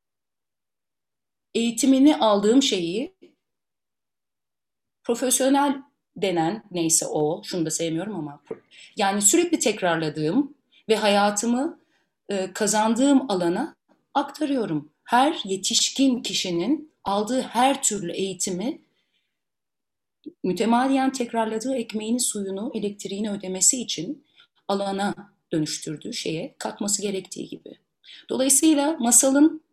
eğitimini aldığım şeyi profesyonel denen neyse o, şunu da sevmiyorum ama yani sürekli tekrarladığım ve hayatımı e, kazandığım alana aktarıyorum. Her yetişkin kişinin aldığı her türlü eğitimi mütemadiyen tekrarladığı ekmeğini, suyunu, elektriğini ödemesi için alana dönüştürdüğü şeye katması gerektiği gibi. Dolayısıyla masalın,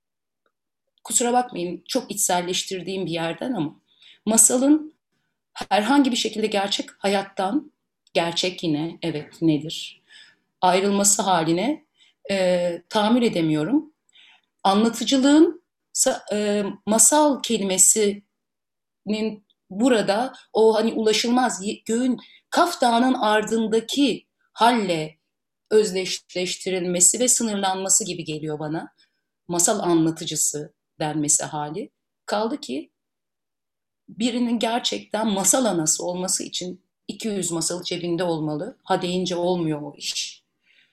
kusura bakmayın çok içselleştirdiğim bir yerden ama masalın herhangi bir şekilde gerçek hayattan, gerçek yine evet nedir, ayrılması haline e, tahammül edemiyorum. Anlatıcılığın e, masal kelimesinin burada o hani ulaşılmaz göğün, Kaf Dağı'nın ardındaki halle özdeşleştirilmesi ve sınırlanması gibi geliyor bana. Masal anlatıcısı denmesi hali. Kaldı ki birinin gerçekten masal anası olması için iki yüz masal cebinde olmalı. Ha deyince olmuyor o iş.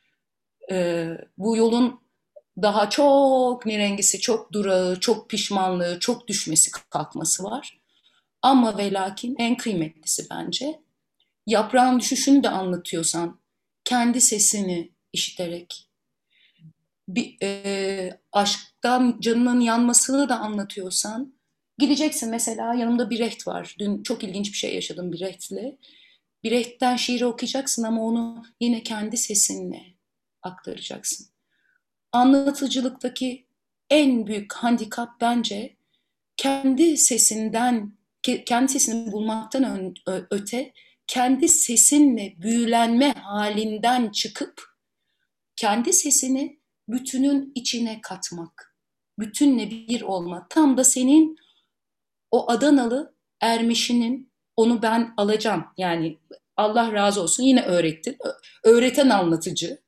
Ee, bu yolun daha çok nirengisi, çok durağı, çok pişmanlığı, çok düşmesi, kalkması var. Ama ve lakin en kıymetlisi bence yaprağın düşüşünü de anlatıyorsan kendi sesini işiterek, bir e, aşktan canının yanmasını da anlatıyorsan gideceksin mesela yanımda bir reht var. Dün çok ilginç bir şey yaşadım bir rehtle. Bir rehtten şiiri okuyacaksın ama onu yine kendi sesinle aktaracaksın. Anlatıcılıktaki en büyük handikap bence kendi sesinden, kendi sesini bulmaktan öte, kendi sesinle büyülenme halinden çıkıp kendi sesini bütünün içine katmak, bütünle bir olma. Tam da senin o Adanalı Ermiş'inin onu ben alacağım. Yani Allah razı olsun yine öğrettin. Öğreten anlatıcı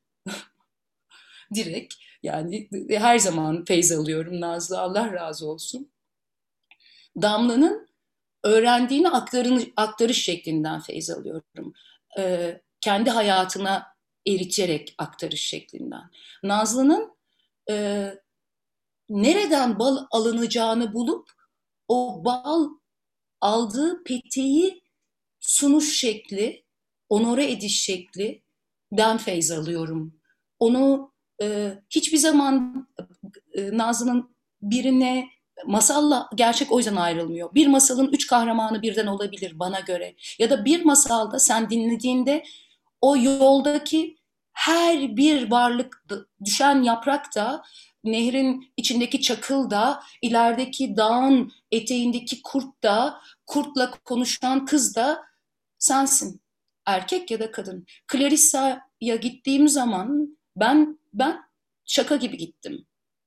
direkt. Yani her zaman feyz alıyorum Nazlı, Allah razı olsun. Damla'nın öğrendiğini aktarın, aktarış şeklinden feyz alıyorum. Ee, kendi hayatına eriterek aktarış şeklinden. Nazlı'nın e, nereden bal alınacağını bulup o bal aldığı peteği sunuş şekli, onore ediş şeklinden feyz alıyorum. Onu e, hiçbir zaman e, Nazlı'nın birine masalla gerçek o yüzden ayrılmıyor. Bir masalın üç kahramanı birden olabilir bana göre. Ya da bir masalda sen dinlediğinde o yoldaki her bir varlık, düşen yaprak da, nehrin içindeki çakıl da, ilerideki dağın eteğindeki kurt da, kurtla konuşan kız da sensin. Erkek ya da kadın. Clarissa'ya gittiğim zaman ben ben şaka gibi gittim.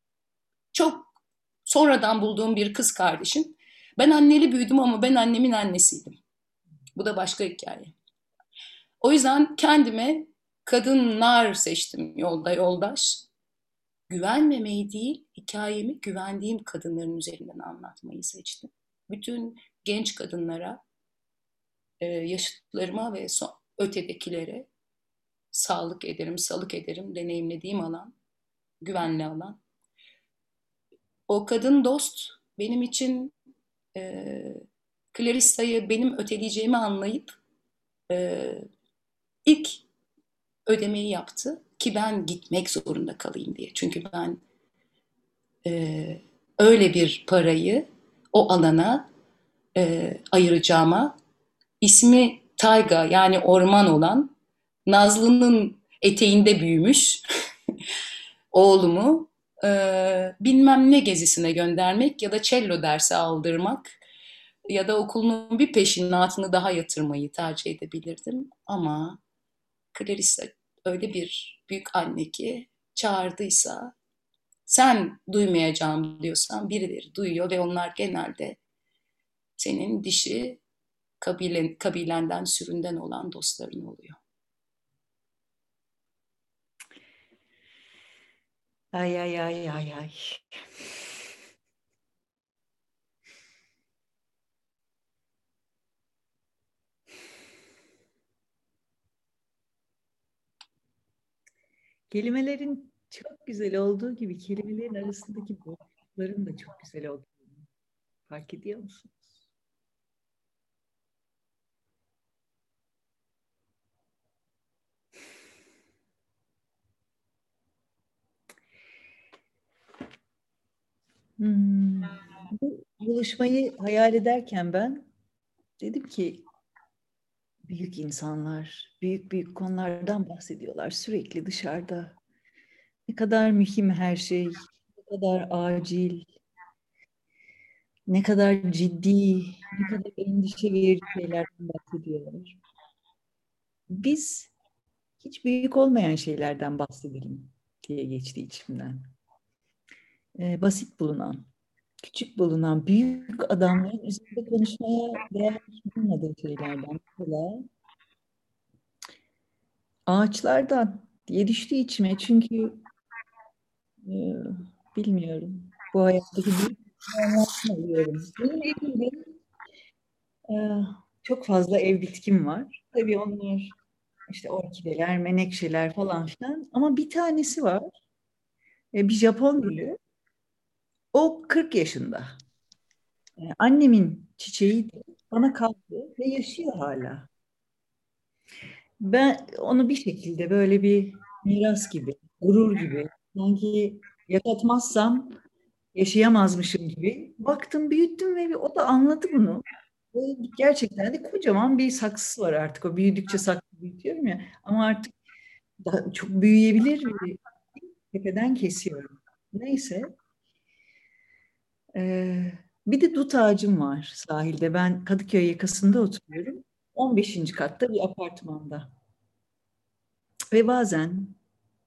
Çok sonradan bulduğum bir kız kardeşim. Ben anneli büyüdüm ama ben annemin annesiydim. Bu da başka hikaye. O yüzden kendime kadınlar seçtim yolda yoldaş. Güvenmemeyi değil, hikayemi güvendiğim kadınların üzerinden anlatmayı seçtim. Bütün genç kadınlara, e, yaşıtlarıma ve son, ötedekilere sağlık ederim, salık ederim, deneyimlediğim alan, güvenli alan. O kadın dost benim için e, Clarissa'yı benim öteleyeceğimi anlayıp e, ilk ödemeyi yaptı ki ben gitmek zorunda kalayım diye. Çünkü ben e, öyle bir parayı o alana e, ayıracağıma, ismi Tayga yani orman olan Nazlı'nın eteğinde büyümüş oğlumu e, bilmem ne gezisine göndermek ya da cello dersi aldırmak ya da okulun bir peşinatını daha yatırmayı tercih edebilirdim. Ama Clarissa öyle bir büyük anne ki çağırdıysa, sen duymayacağım diyorsan birileri duyuyor ve onlar genelde senin dişi kabile, kabilenden, süründen olan dostların oluyor. Ay ay ay ay ay. Kelimelerin çok güzel olduğu gibi kelimelerin arasındaki boşlukların da çok güzel olduğunu fark ediyor musunuz? Hmm. Bu buluşmayı hayal ederken ben dedim ki büyük insanlar, büyük büyük konulardan bahsediyorlar sürekli dışarıda. Ne kadar mühim her şey, ne kadar acil, ne kadar ciddi, ne kadar endişe verici şeylerden bahsediyorlar. Biz hiç büyük olmayan şeylerden bahsedelim diye geçti içimden. Ee, basit bulunan, küçük bulunan, büyük adamların üzerinde konuşmaya değer bulmadığı şeylerden. Mesela ağaçlardan diye düştü içime. Çünkü e, bilmiyorum. Bu hayattaki büyük anlamını alıyorum. Benim evimde e, çok fazla ev bitkim var. Tabii onlar işte orkideler, menekşeler falan filan. Ama bir tanesi var. E, bir Japon gülü. O kırk yaşında. E, annemin çiçeğiydi. Bana kaldı ve yaşıyor hala. Ben onu bir şekilde böyle bir miras gibi, gurur gibi, sanki yaşatmazsam yaşayamazmışım gibi baktım, büyüttüm ve o da anladı bunu. Ve gerçekten de kocaman bir saksısı var artık. O büyüdükçe saksı büyütüyorum ya. Ama artık daha çok büyüyebilir ve tepeden kesiyorum. Neyse. Ee, bir de dut ağacım var sahilde. Ben Kadıköy yakasında oturuyorum. on beşinci katta bir apartmanda. Ve bazen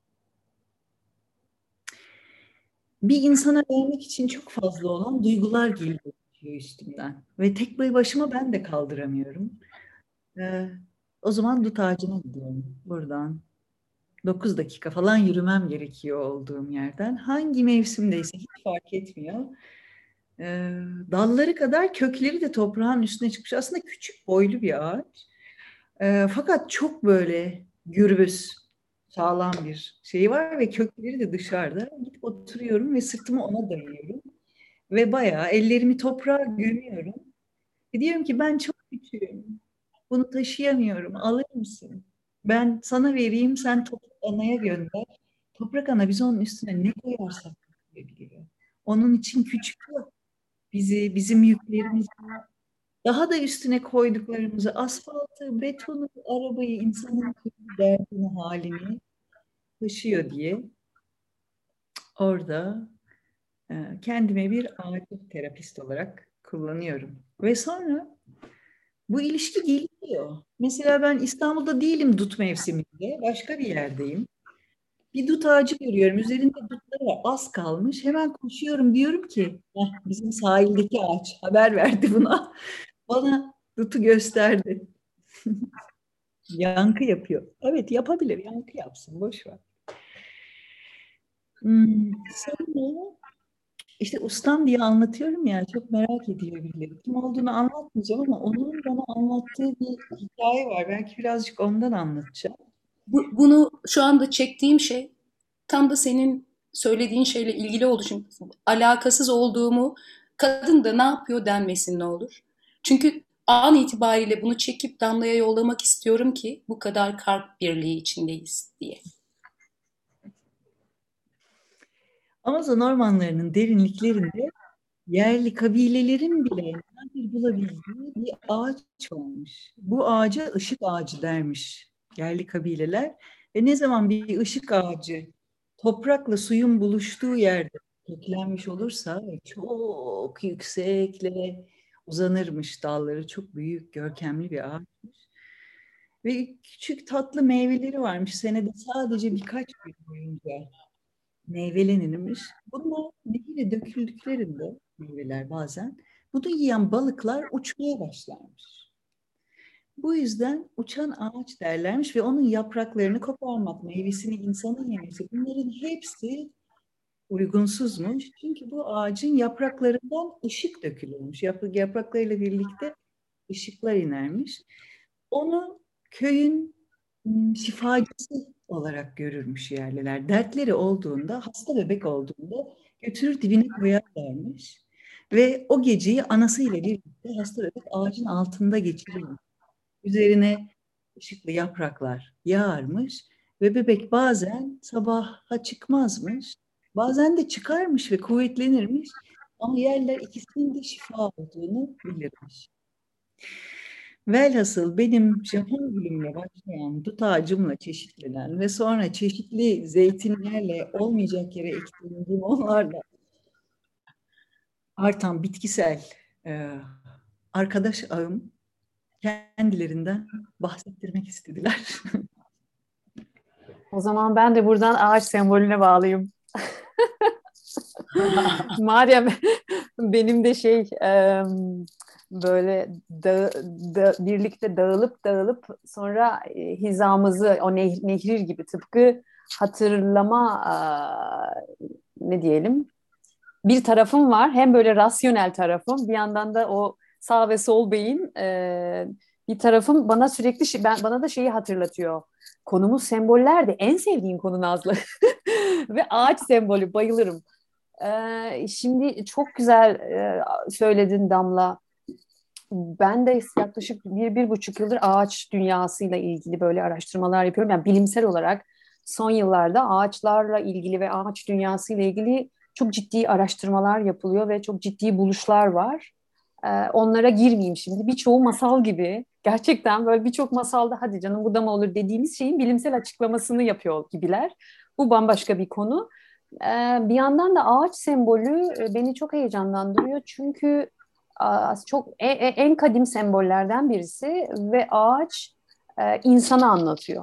bir insana vermek için çok fazla olan duygular geliyor üstümden. Ve tek başıma ben de kaldıramıyorum. Ee, o zaman dut ağacına gidiyorum buradan. dokuz dakika falan yürümem gerekiyor olduğum yerden. Hangi mevsimdeyse hiç fark etmiyor. Ee, dalları kadar kökleri de toprağın üstüne çıkmış. Aslında küçük boylu bir ağaç. Ee, fakat çok böyle gürbüz, sağlam bir şey var ve kökleri de dışarıda. Gidip oturuyorum ve sırtımı ona dayıyorum. Ve bayağı ellerimi toprağa gömüyorum. Ve diyorum ki ben çok küçüğüm. Bunu taşıyamıyorum. Alır mısın? Ben sana vereyim, sen toprak anaya gönder. Toprak ana biz onun üstüne ne koyarsak koyabiliyor. Onun için küçük yok. Bizi, bizim yüklerimizi, daha da üstüne koyduklarımızı, asfaltı, betonu, arabayı, insanın kendi derdini, halini taşıyor diye orada e, kendime bir ağaç terapist olarak kullanıyorum. Ve sonra bu ilişki gelişiyor. Mesela ben İstanbul'da değilim dut mevsiminde, başka bir yerdeyim. Bir dut ağacı görüyorum, üzerinde dutları var, az kalmış. Hemen koşuyorum, diyorum ki, "Heh, bizim sahildeki ağaç haber verdi buna. Bana dutu gösterdi." Yankı yapıyor. Evet, yapabilir, yankı yapsın, boş ver. Hmm, sonra işte ustam diye anlatıyorum ya, çok merak ediyor birileri. Kim olduğunu anlatmayacağım ama onun bana anlattığı bir hikaye var. Belki birazcık ondan anlatacağım. Bu, bunu şu anda çektiğim şey tam da senin söylediğin şeyle ilgili olduğu için alakasız olduğumu, kadın da ne yapıyor denmesin ne olur. Çünkü an itibariyle bunu çekip Damla'ya yollamak istiyorum ki bu kadar kalp birliği içindeyiz diye. Amazon ormanlarının derinliklerinde yerli kabilelerin bile nadir bulabildiği bir ağaç varmış. Bu ağaca ışık ağacı dermiş yerli kabileler. Ve ne zaman bir ışık ağacı toprakla suyun buluştuğu yerde köklenmiş olursa çok yüksekle uzanırmış, dalları çok büyük, görkemli bir ağaçmış. Ve küçük tatlı meyveleri varmış. Senede sadece birkaç gün boyunca meyvelenirmiş. Bunlar nehire döküldüklerinde meyveler bazen bunu yiyen balıklar uçmaya başlarmış. Bu yüzden uçan ağaç derlermiş ve onun yapraklarını koparmak, meyvesini insanın yemesi, bunların hepsi uygunsuzmuş. Çünkü bu ağacın yapraklarından ışık dökülürmüş. Yap yapraklarıyla birlikte ışıklar inermiş. Onu köyün ım, şifacısı olarak görürmüş yerliler. Dertleri olduğunda, hasta bebek olduğunda götürür dibine koyarlarmış. Ve o geceyi anasıyla birlikte hasta bebek ağacın altında geçirirmiş. Üzerine ışıklı yapraklar yağarmış ve bebek bazen sabaha çıkmazmış. Bazen de çıkarmış ve kuvvetlenirmiş. Ama yerler ikisinin de şifa olduğunu bilirmiş. Velhasıl benim Japon gülümle başlayan, dut ağacımla çeşitlenen ve sonra çeşitli zeytinlerle olmayacak yere ektiğim limonlarla artan bitkisel e, arkadaş ağım kendilerinden bahsettirmek istediler. O zaman ben de buradan ağaç sembolüne bağlayayım. Madem benim de şey e, böyle da, da, birlikte dağılıp dağılıp sonra e, hizamızı o neh, nehir gibi tıpkı hatırlama e, ne diyelim bir tarafım var. Hem böyle rasyonel tarafım bir yandan da o sağ ve sol beyin e, bir tarafım bana sürekli şey, ben bana da şeyi hatırlatıyor. Konumuz sembollerdi. En sevdiğim konu Nazlı. Ve ağaç sembolü bayılırım. Ee, şimdi çok güzel e, söyledin Damla. Ben de yaklaşık bir, bir buçuk yıldır ağaç dünyasıyla ilgili böyle araştırmalar yapıyorum. Yani bilimsel olarak son yıllarda ağaçlarla ilgili ve ağaç dünyasıyla ilgili çok ciddi araştırmalar yapılıyor ve çok ciddi buluşlar var. Ee, onlara girmeyeyim şimdi. Birçoğu masal gibi. Gerçekten böyle birçok masalda hadi canım bu da mı olur dediğimiz şeyin bilimsel açıklamasını yapıyor gibiler. Bu bambaşka bir konu. Ee, bir yandan da ağaç sembolü e, beni çok heyecanlandırıyor. Çünkü a- çok e- e- en kadim sembollerden birisi ve ağaç e, insanı anlatıyor.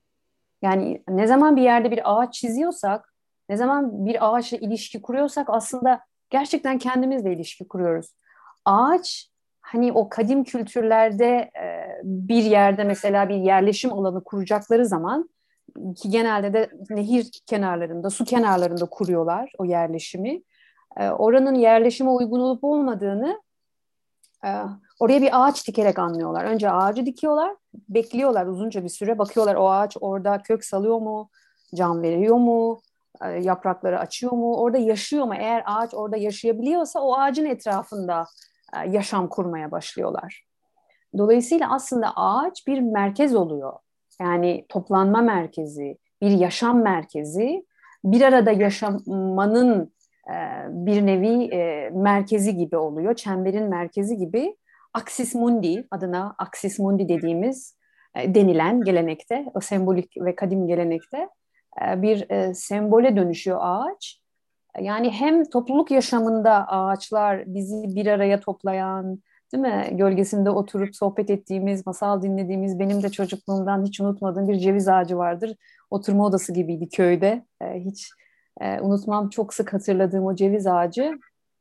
Yani ne zaman bir yerde bir ağaç çiziyorsak, ne zaman bir ağaçla ilişki kuruyorsak aslında gerçekten kendimizle ilişki kuruyoruz. Ağaç hani o kadim kültürlerde e, bir yerde mesela bir yerleşim alanı kuracakları zaman ki genelde de nehir kenarlarında, su kenarlarında kuruyorlar o yerleşimi. E, oranın yerleşime uygun olup olmadığını e, oraya bir ağaç dikerek anlıyorlar. Önce ağacı dikiyorlar, bekliyorlar uzunca bir süre. Bakıyorlar o ağaç orada kök salıyor mu, can veriyor mu, e, yaprakları açıyor mu, orada yaşıyor mu? Eğer ağaç orada yaşayabiliyorsa o ağacın etrafında e, yaşam kurmaya başlıyorlar. Dolayısıyla aslında ağaç bir merkez oluyor. Yani toplanma merkezi, bir yaşam merkezi, bir arada yaşamanın e, bir nevi e, merkezi gibi oluyor, çemberin merkezi gibi. Axis Mundi adına Axis Mundi dediğimiz e, denilen gelenekte, o sembolik ve kadim gelenekte e, bir e, sembole dönüşüyor ağaç. Yani hem topluluk yaşamında ağaçlar bizi bir araya toplayan, değil mi? Gölgesinde oturup sohbet ettiğimiz, masal dinlediğimiz, benim de çocukluğumdan hiç unutmadığım bir ceviz ağacı vardır. Oturma odası gibiydi köyde. Ee, hiç e, unutmam, çok sık hatırladığım o ceviz ağacı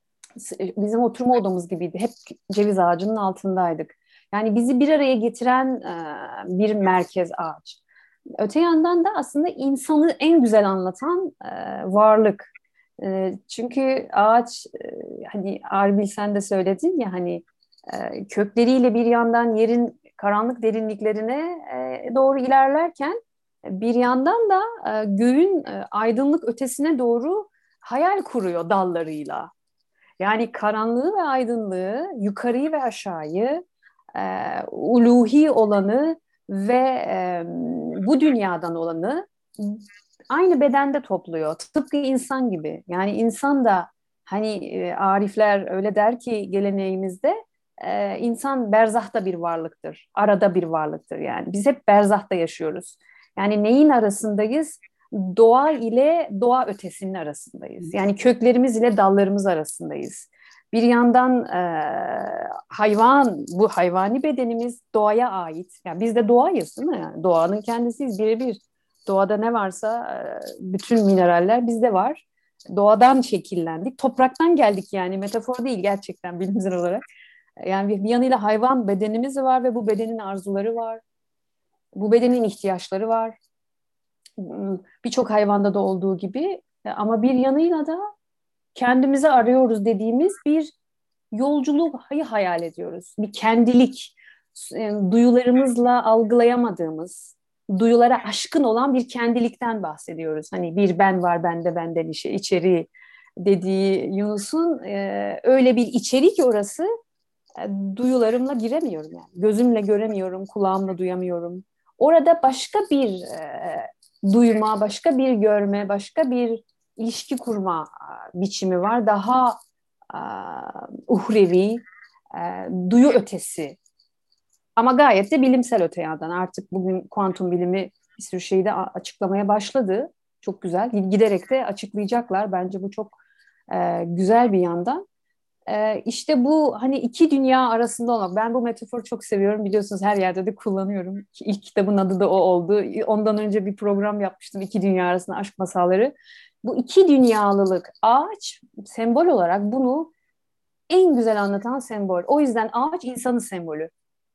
bizim oturma odamız gibiydi. Hep ceviz ağacının altındaydık. Yani bizi bir araya getiren e, bir merkez ağaç. Öte yandan da aslında insanı en güzel anlatan e, varlık. E, çünkü ağaç e, hani Arbil sen de söyledin ya hani e, kökleriyle bir yandan yerin karanlık derinliklerine e, doğru ilerlerken bir yandan da e, göğün e, aydınlık ötesine doğru hayal kuruyor dallarıyla. Yani karanlığı ve aydınlığı, yukarıyı ve aşağıyı, e, uluhi olanı ve e, bu dünyadan olanı aynı bedende topluyor. Tıpkı insan gibi. Yani insan da hani e, arifler öyle der ki geleneğimizde e, insan berzahta bir varlıktır. Arada bir varlıktır yani. Biz hep berzahta yaşıyoruz. Yani neyin arasındayız? Doğa ile doğa ötesinin arasındayız. Yani köklerimiz ile dallarımız arasındayız. Bir yandan e, hayvan, bu hayvani bedenimiz doğaya ait. Yani biz de doğayız değil mi? Yani doğanın kendisiyiz birebir. Doğada ne varsa e, bütün mineraller bizde var. Doğadan şekillendik. Topraktan geldik yani metafor değil gerçekten bilimsel olarak. Yani bir yanıyla hayvan bedenimiz var ve bu bedenin arzuları var. Bu bedenin ihtiyaçları var. Birçok hayvanda da olduğu gibi ama bir yanıyla da kendimizi arıyoruz dediğimiz bir yolculuğu hayal ediyoruz. Bir kendilik, duyularımızla algılayamadığımız, duyulara aşkın olan bir kendilikten bahsediyoruz. Hani bir ben var bende benden işe içeri dediği Yunus'un e, öyle bir içerik orası e, duyularımla giremiyorum yani. Gözümle göremiyorum, kulağımla duyamıyorum. Orada başka bir e, duyma, başka bir görme, başka bir ilişki kurma e, biçimi var. Daha uhrevi, duyu ötesi. Ama gayet de bilimsel öte yandan. Artık bugün kuantum bilimi bir sürü şeyi de açıklamaya başladı. Çok güzel. Giderek de açıklayacaklar. Bence bu çok e, güzel bir yandan. E, işte bu hani iki dünya arasında olmak. Ben bu metaforu çok seviyorum. Biliyorsunuz her yerde de kullanıyorum. İlk kitabın adı da o oldu. Ondan önce bir program yapmıştım. İki dünya arasında aşk masalları. Bu iki dünyalılık ağaç sembol olarak bunu en güzel anlatan sembol. O yüzden ağaç insanın sembolü.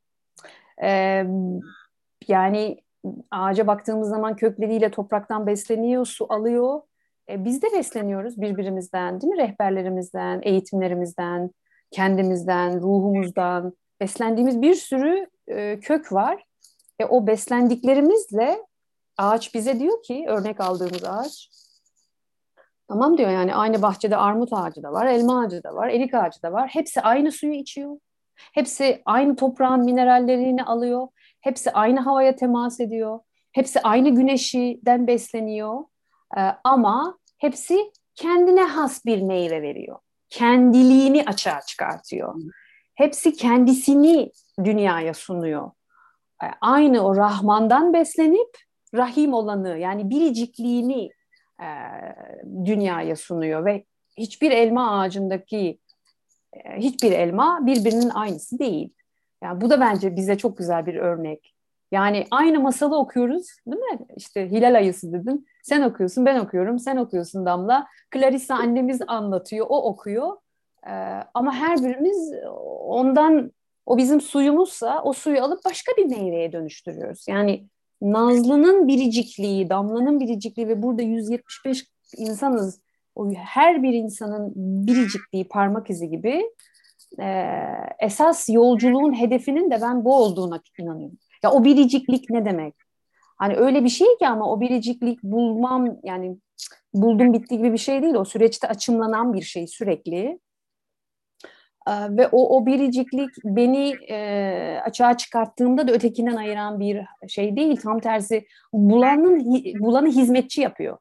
Ee, Yani ağaca baktığımız zaman kökleriyle topraktan besleniyor, su alıyor. Ee, biz de besleniyoruz birbirimizden, değil mi? Rehberlerimizden, eğitimlerimizden, kendimizden, ruhumuzdan. Beslendiğimiz bir sürü e, kök var. E, o beslendiklerimizle ağaç bize diyor ki, örnek aldığımız ağaç, tamam diyor yani aynı bahçede armut ağacı da var, elma ağacı da var, erik ağacı da var. Hepsi aynı suyu içiyor. Hepsi aynı toprağın minerallerini alıyor. Hepsi aynı havaya temas ediyor. Hepsi aynı güneşten besleniyor. Ee, ama hepsi kendine has bir meyve veriyor. Kendiliğini açığa çıkartıyor. Hepsi kendisini dünyaya sunuyor. Ee, aynı o Rahman'dan beslenip Rahim olanı yani biricikliğini e, dünyaya sunuyor ve hiçbir elma ağacındaki e, hiçbir elma birbirinin aynısı değil. Yani bu da bence bize çok güzel bir örnek. Yani aynı masalı okuyoruz, değil mi? İşte Hilal Ayısı dedim. Sen okuyorsun, ben okuyorum, sen okuyorsun Damla. Clarissa annemiz anlatıyor, o okuyor. Ee, ama her birimiz ondan, o bizim suyumuzsa o suyu alıp başka bir meyveye dönüştürüyoruz. Yani Nazlı'nın biricikliği, Damla'nın biricikliği ve burada yüz yetmiş beş insanız. O her bir insanın biricikliği parmak izi gibi e, esas yolculuğun hedefinin de ben bu olduğuna inanıyorum. Ya o biriciklik ne demek? Hani öyle bir şey ki ama o biriciklik bulmam yani buldum bitti gibi bir şey değil. O süreçte açımlanan bir şey sürekli. Ee, ve o, o biriciklik beni e, açığa çıkarttığımda da ötekinden ayıran bir şey değil. Tam tersi bulanın bulanı hizmetçi yapıyor.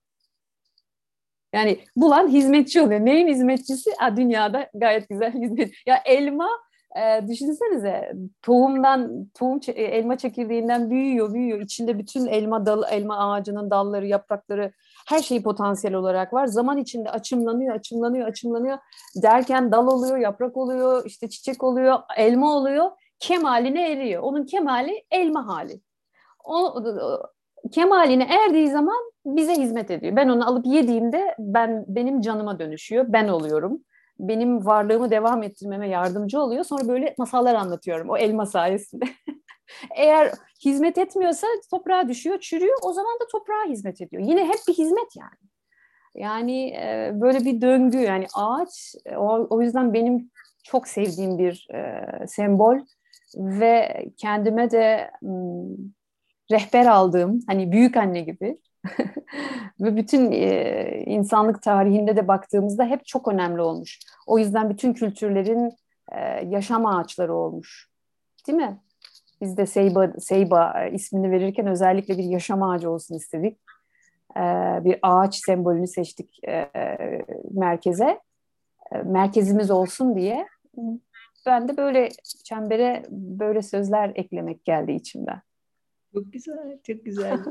Yani bulan hizmetçi oluyor. Neyin hizmetçisi? Ha, dünyada gayet güzel hizmet. Ya elma e, düşünsenize tohumdan tohum elma çekirdeğinden büyüyor, büyüyor. İçinde bütün elma dal elma ağacının dalları, yaprakları her şeyi potansiyel olarak var. Zaman içinde açımlanıyor, açımlanıyor, açımlanıyor derken dal oluyor, yaprak oluyor, işte çiçek oluyor, elma oluyor. Kemaline eriyor. Onun kemali elma hali. O kemaline erdiği zaman bize hizmet ediyor. Ben onu alıp yediğimde ben benim canıma dönüşüyor. Ben oluyorum. Benim varlığımı devam ettirmeme yardımcı oluyor. Sonra böyle masallar anlatıyorum o elma sayesinde. Eğer hizmet etmiyorsa toprağa düşüyor, çürüyor. O zaman da toprağa hizmet ediyor. Yine hep bir hizmet yani. Yani e, böyle bir döngü yani ağaç o, o yüzden benim çok sevdiğim bir e, sembol ve kendime de m, rehber aldığım hani büyük anne gibi ve bütün e, insanlık tarihinde de baktığımızda hep çok önemli olmuş. O yüzden bütün kültürlerin e, yaşam ağaçları olmuş. Değil mi? Biz de Seyba, Seyba ismini verirken özellikle bir yaşam ağacı olsun istedik. E, bir ağaç sembolünü seçtik e, merkeze. E, merkezimiz olsun diye. Ben de böyle çembere böyle sözler eklemek geldi içimden. Çok güzel, çok güzel.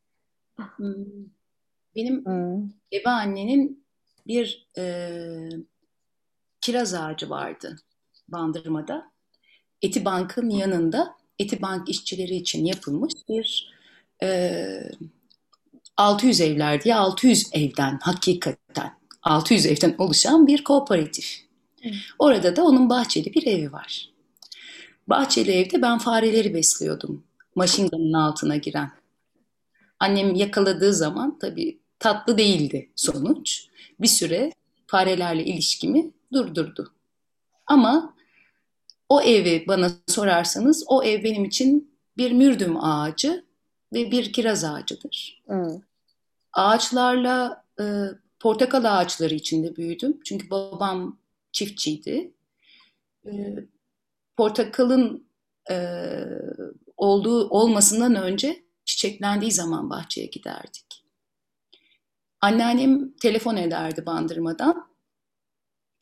Benim Hmm. ebe annenin bir e, kiraz ağacı vardı Bandırma'da. Etibank'ın yanında Etibank işçileri için yapılmış bir e, altı yüz evler diye altı yüz evden hakikaten altı yüz evden oluşan bir kooperatif. Orada da onun bahçeli bir evi var. Bahçeli evde ben fareleri besliyordum. Maşinganın altına giren. Annem yakaladığı zaman tabii tatlı değildi sonuç. Bir süre farelerle ilişkimi durdurdu. Ama o evi bana sorarsanız o ev benim için bir mürdüm ağacı ve bir kiraz ağacıdır. Hmm. Ağaçlarla e, portakal ağaçları içinde büyüdüm. Çünkü babam çiftçiydi. E, portakalın e, olduğu olmasından önce çiçeklendiği zaman bahçeye giderdik. Anneannem telefon ederdi Bandırmadan.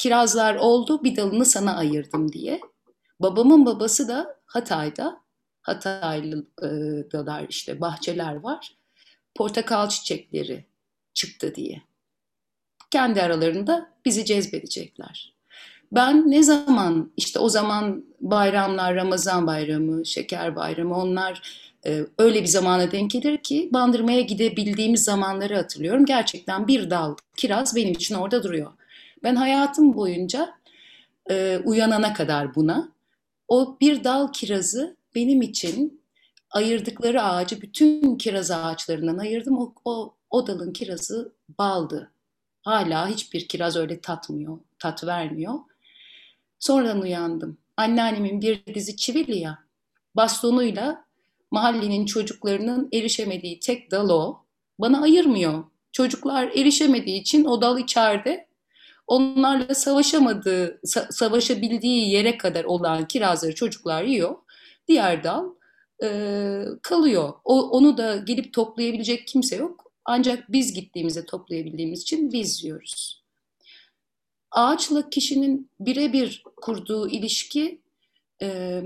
kirazlar oldu, bir dalını sana ayırdım diye. Babamın babası da Hatay'da, Hataylı'dalar işte bahçeler var. Portakal çiçekleri çıktı diye. Kendi aralarında bizi cezbedecekler. Ben ne zaman işte o zaman bayramlar, Ramazan bayramı, şeker bayramı onlar e, öyle bir zamana denk gelir ki Bandırma'ya gidebildiğimiz zamanları hatırlıyorum. Gerçekten bir dal kiraz benim için orada duruyor. Ben hayatım boyunca e, uyanana kadar buna o bir dal kirazı benim için ayırdıkları ağacı bütün kiraz ağaçlarından ayırdım. O, o, o dalın kirazı baldı. Hala hiçbir kiraz öyle tatmıyor, tat vermiyor. Sonradan uyandım. Anneannemin bir dizi çivilya bastonuyla mahallenin çocuklarının erişemediği tek dal o. Bana ayırmıyor. Çocuklar erişemediği için o dal içeride. Onlarla savaşamadığı, sa- savaşabildiği yere kadar olan kirazları çocuklar yiyor. Diğer dal e, kalıyor. O, onu da gelip toplayabilecek kimse yok. Ancak biz gittiğimizde toplayabildiğimiz için biz yiyoruz. Ağaçla kişinin birebir kurduğu ilişki e,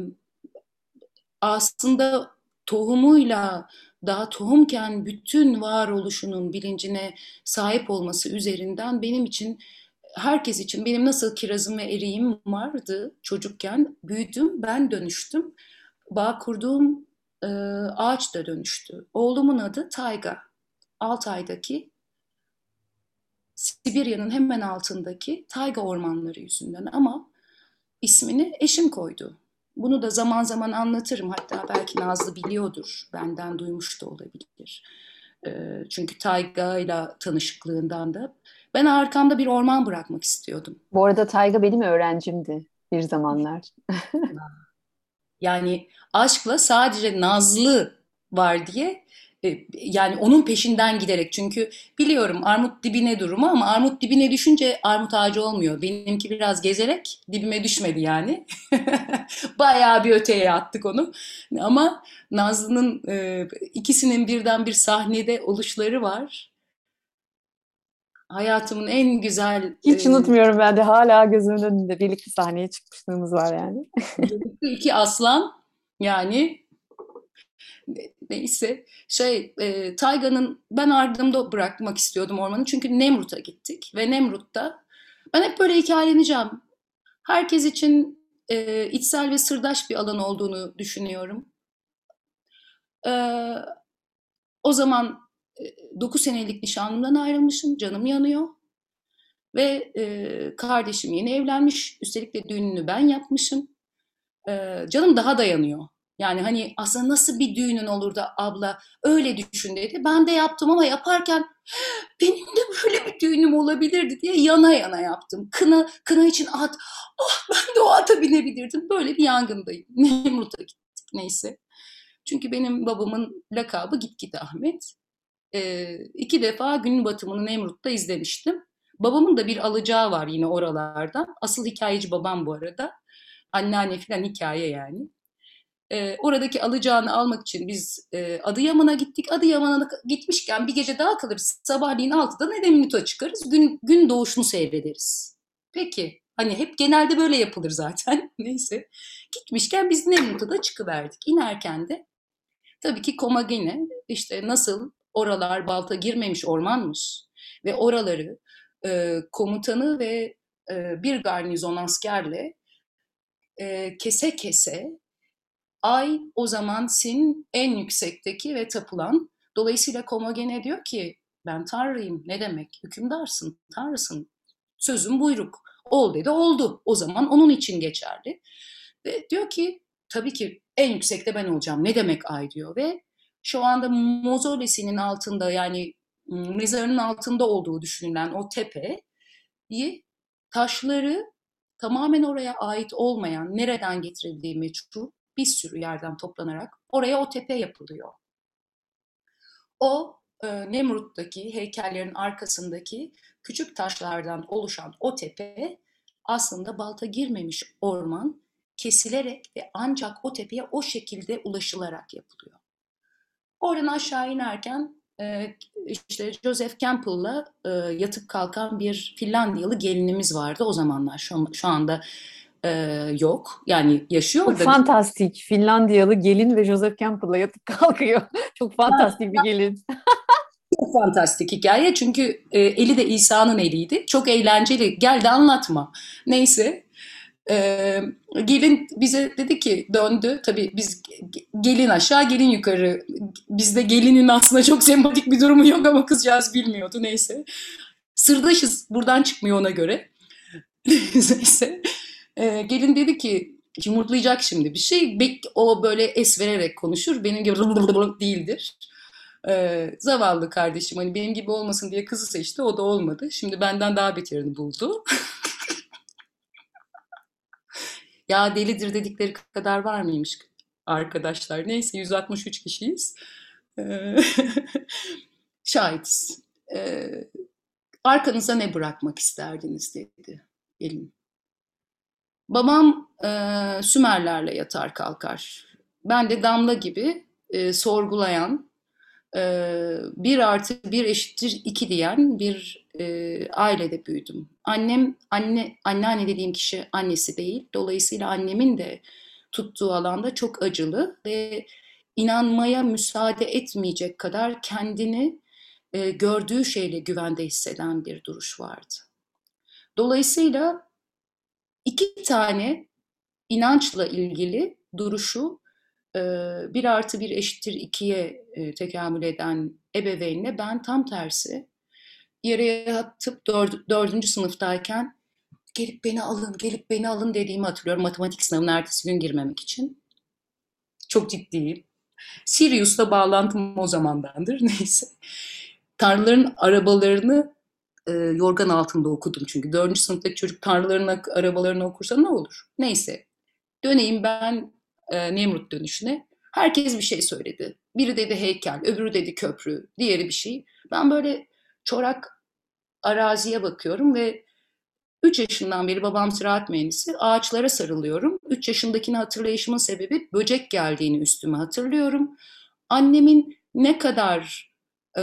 aslında tohumuyla daha tohumken bütün varoluşunun bilincine sahip olması üzerinden benim için herkes için benim nasıl kirazım ve eriğim vardı çocukken büyüdüm ben dönüştüm bağ kurduğum e, ağaç da dönüştü. Oğlumun adı Tayga. Altay'daki Sibirya'nın hemen altındaki tayga ormanları yüzünden ama ismini eşim koydu. Bunu da zaman zaman anlatırım. Hatta belki Nazlı biliyordur. Benden duymuş da olabilir. E, çünkü Tayga ile tanışıklığından da ben arkamda bir orman bırakmak istiyordum. Bu arada Tayga benim öğrencimdi bir zamanlar. Yani aşkla sadece Nazlı var diye e, yani onun peşinden giderek çünkü biliyorum armut dibine durumu ama armut dibine düşünce armut ağacı olmuyor. Benimki biraz gezerek dibime düşmedi yani. Bayağı bir öteye attık onu. Ama Nazlı'nın e, ikisinin birden bir sahnede oluşları var. Hayatımın en güzel Hiç e, unutmuyorum ben de hala gözümün önünde birlikte sahneye çıkmışlığımız var yani. iki aslan yani neyse şey e, Tayga'nın ben ardımda bırakmak istiyordum ormanı çünkü Nemrut'a gittik ve Nemrut'ta ben hep böyle hikayeleneceğim. Herkes için e, içsel ve sırdaş bir alan olduğunu düşünüyorum. E, o zaman e, dokuz senelik nişanlımdan ayrılmışım, canım yanıyor ve e, kardeşim yeni evlenmiş, üstelik de düğününü ben yapmışım. E, canım daha dayanıyor. Yani hani aslında nasıl bir düğünün olur da abla öyle düşün dedi. Ben de yaptım ama yaparken benim de böyle bir düğünüm olabilirdi diye yana yana yaptım. Kına, kına için at. Oh, ben de o ata binebilirdim. Böyle bir yangındayım. Nemrut'a gittik neyse. Çünkü benim babamın lakabı Gitgide Ahmet. Ee, iki defa gün batımını Nemrut'ta izlemiştim. Babamın da bir alacağı var yine oralardan. Asıl hikayeci babam bu arada. Anneanne falan hikaye yani. E, oradaki alacağını almak için biz e, Adıyaman'a gittik. Adıyaman'a gitmişken bir gece daha kalırız. Sabahleyin altıda Edremit'e çıkarız. Gün, gün doğuşunu seyrederiz. Peki. Hani hep genelde böyle yapılır zaten. Neyse. Gitmişken biz Nemrut'a çıkıverdik. İnerken de tabii ki Komagene işte nasıl oralar balta girmemiş ormanmış. Ve oraları e, komutanı ve e, bir garnizon askerle e, kese kese Ay o zaman Sin en yüksekteki ve tapılan. Dolayısıyla Komagene diyor ki ben Tanrıyım ne demek? Hükümdarsın, Tanrısın. Sözüm buyruk. Ol dedi oldu. O zaman onun için geçerli. Ve diyor ki tabii ki en yüksekte ben olacağım. Ne demek ay diyor ve şu anda mozolesinin altında yani mezarının altında olduğu düşünülen o tepeyi taşları tamamen oraya ait olmayan, nereden getirildiği meçhul bir sürü yerden toplanarak oraya o tepe yapılıyor. O e, Nemrut'taki heykellerin arkasındaki küçük taşlardan oluşan o tepe aslında balta girmemiş orman kesilerek ve ancak o tepeye o şekilde ulaşılarak yapılıyor. Oradan aşağı inerken e, işte Joseph Campbell'la e, yatıp kalkan bir Finlandiyalı gelinimiz vardı o zamanlar. Şu, şu anda e, yok. Yani yaşıyor Çok da. fantastik. Finlandiyalı gelin ve Joseph Campbell'la yatıp kalkıyor. Çok fantastik bir gelin. Çok fantastik hikaye çünkü e, eli de İsa'nın eliydi. Çok eğlenceli. Gel de anlatma. Neyse. E, gelin bize dedi ki döndü. Tabii biz gelin aşağı gelin yukarı. Bizde gelinin aslında çok sempatik bir durumu yok ama kızcağız bilmiyordu. Neyse. Sırdaşız. Buradan çıkmıyor ona göre. Neyse. E, gelin dedi ki yumurtlayacak şimdi bir şey. O böyle es vererek konuşur. Benim gibi değildir. Ee, zavallı kardeşim hani benim gibi olmasın diye kızı seçti. O da olmadı. Şimdi benden daha beterini buldu. Ya delidir dedikleri kadar var mıymış arkadaşlar? Neyse yüz altmış üç kişiyiz. Ee, şahitiz. Ee, arkanıza ne bırakmak isterdiniz dedi gelin. Babam e, Sümerlerle yatar kalkar. Ben de Damla gibi e, sorgulayan, Ee, bir artı bir eşittir iki diyen bir e, ailede büyüdüm. Annem, anne, anneanne dediğim kişi annesi değil. Dolayısıyla annemin de tuttuğu alanda çok acılı ve inanmaya müsaade etmeyecek kadar kendini e, gördüğü şeyle güvende hisseden bir duruş vardı. Dolayısıyla iki tane inançla ilgili duruşu e, bir artı bir eşittir ikiye e, tekamül eden ebeveynle ben tam tersi yere yatıp dört, dördüncü sınıftayken gelip beni alın, gelip beni alın dediğimi hatırlıyorum. Matematik sınavına ertesi gün girmemek için. Çok ciddiyim. Sirius'la bağlantım o zamandandır. Neyse. Tanrıların arabalarını e, yorgan altında okudum çünkü. Dördüncü sınıftaki çocuk tanrıların arabalarını okursa ne olur? Neyse. Döneyim ben e, Nemrut dönüşüne. Herkes bir şey söyledi. Biri dedi heykel, öbürü dedi köprü, diğeri bir şey. Ben böyle çorak araziye bakıyorum ve üç yaşından beri babam ziraat mühendisi. Ağaçlara sarılıyorum. üç yaşındakini hatırlayışımın sebebi böcek geldiğini üstüme hatırlıyorum. Annemin ne kadar e,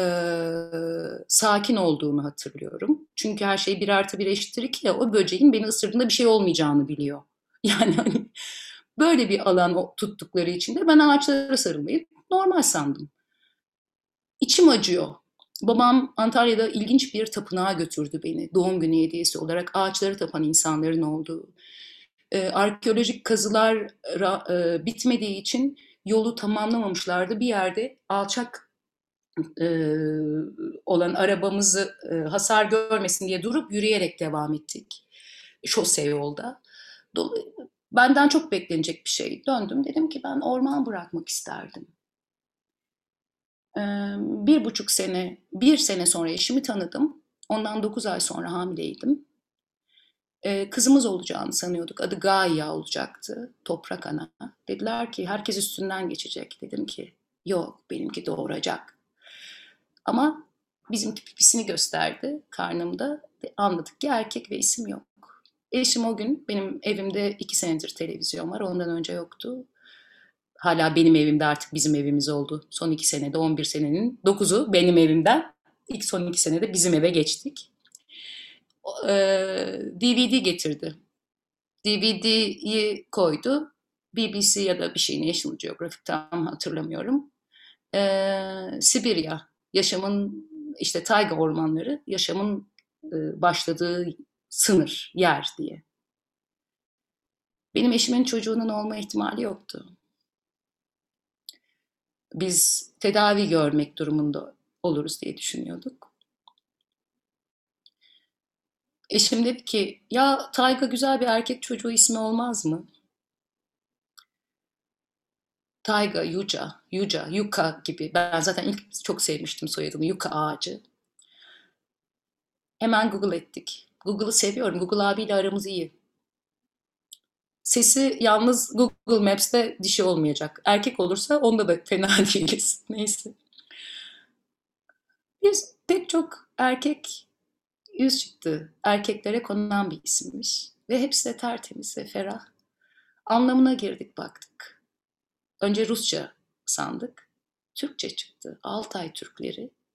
sakin olduğunu hatırlıyorum. Çünkü her şey bir artı bir eşittir iki ya o böceğin beni ısırdığında bir şey olmayacağını biliyor. Yani hani böyle bir alan tuttukları için de ben ağaçlara sarılmayı normal sandım. İçim acıyor. Babam Antalya'da ilginç bir tapınağa götürdü beni. Doğum günü hediyesi olarak ağaçları tapan insanların olduğu. Ee, arkeolojik kazılar e, bitmediği için yolu tamamlamamışlardı. Bir yerde alçak e, olan arabamızı e, hasar görmesin diye durup yürüyerek devam ettik. Şose yolda. Benden çok beklenecek bir şey. Döndüm dedim ki ben orman bırakmak isterdim. Ee, bir buçuk sene, bir sene sonra eşimi tanıdım. Ondan dokuz ay sonra hamileydim. Ee, kızımız olacağını sanıyorduk. Adı Gaia olacaktı. Toprak ana. Dediler ki herkes üstünden geçecek. Dedim ki yok benimki doğuracak. Ama bizimki pipisini gösterdi karnımda. Anladık ki erkek ve isim yok. Eşim o gün benim evimde iki senedir televizyon var. Ondan önce yoktu. Hala benim evimde artık bizim evimiz oldu. Son iki senede on bir senenin dokuzu benim evimden. İlk son iki senede bizim eve geçtik. Ee, D V D getirdi. D V D'yi koydu. B B C ya da bir şey National Geographic tam hatırlamıyorum. Ee, Sibirya, yaşamın işte tayga ormanları, yaşamın e, başladığı sınır, yer diye. Benim eşimin çocuğunun olma ihtimali yoktu. Biz tedavi görmek durumunda oluruz diye düşünüyorduk. Eşim dedi ki ya Tayga güzel bir erkek çocuğu ismi olmaz mı? Tayga, Yuca, Yuca, Yuka gibi. Ben zaten ilk çok sevmiştim soyadını. Yuka ağacı. Hemen Google ettik. Google'ı seviyorum. Google abiyle aramız iyi. Sesi yalnız Google Maps'te dişi olmayacak. Erkek olursa onda da fena değiliz. Neyse. Biz pek çok erkek yüz çıktı. Erkeklere konulan bir isimmiş. Ve hepsi de tertemiz ve ferah. Anlamına girdik baktık. Önce Rusça sandık. Türkçe çıktı. Altay Türkleri.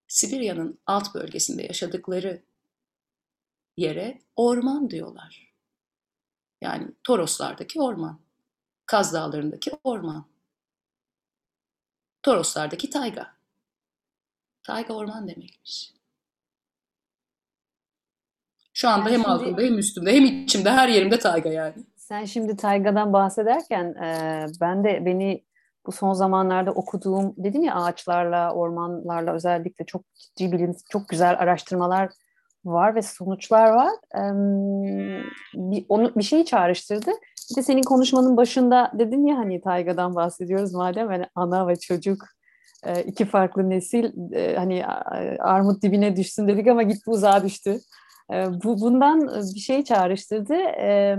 Sibirya'nın alt bölgesinde yaşadıkları yere orman diyorlar. Yani Toroslardaki orman, Kaz Dağları'ndaki orman, Toroslardaki tayga. Tayga orman demekmiş. Şu anda Sen hem şimdi altımda hem üstümde hem içimde her yerimde tayga yani. sen şimdi taygadan bahsederken e, ben de beni bu son zamanlarda okuduğum dedim ya ağaçlarla, ormanlarla özellikle çok ciddi bilim, çok güzel araştırmalar var ve sonuçlar var. E, bir, onu bir şeyi çağrıştırdı. Bir de senin konuşmanın başında dedin ya hani taygadan bahsediyoruz madem hani ana ve çocuk e, iki farklı nesil e, hani a- armut dibine düşsün dedik ama gitti uzağa düştü. E, bu bundan bir şey çağrıştırdı. E,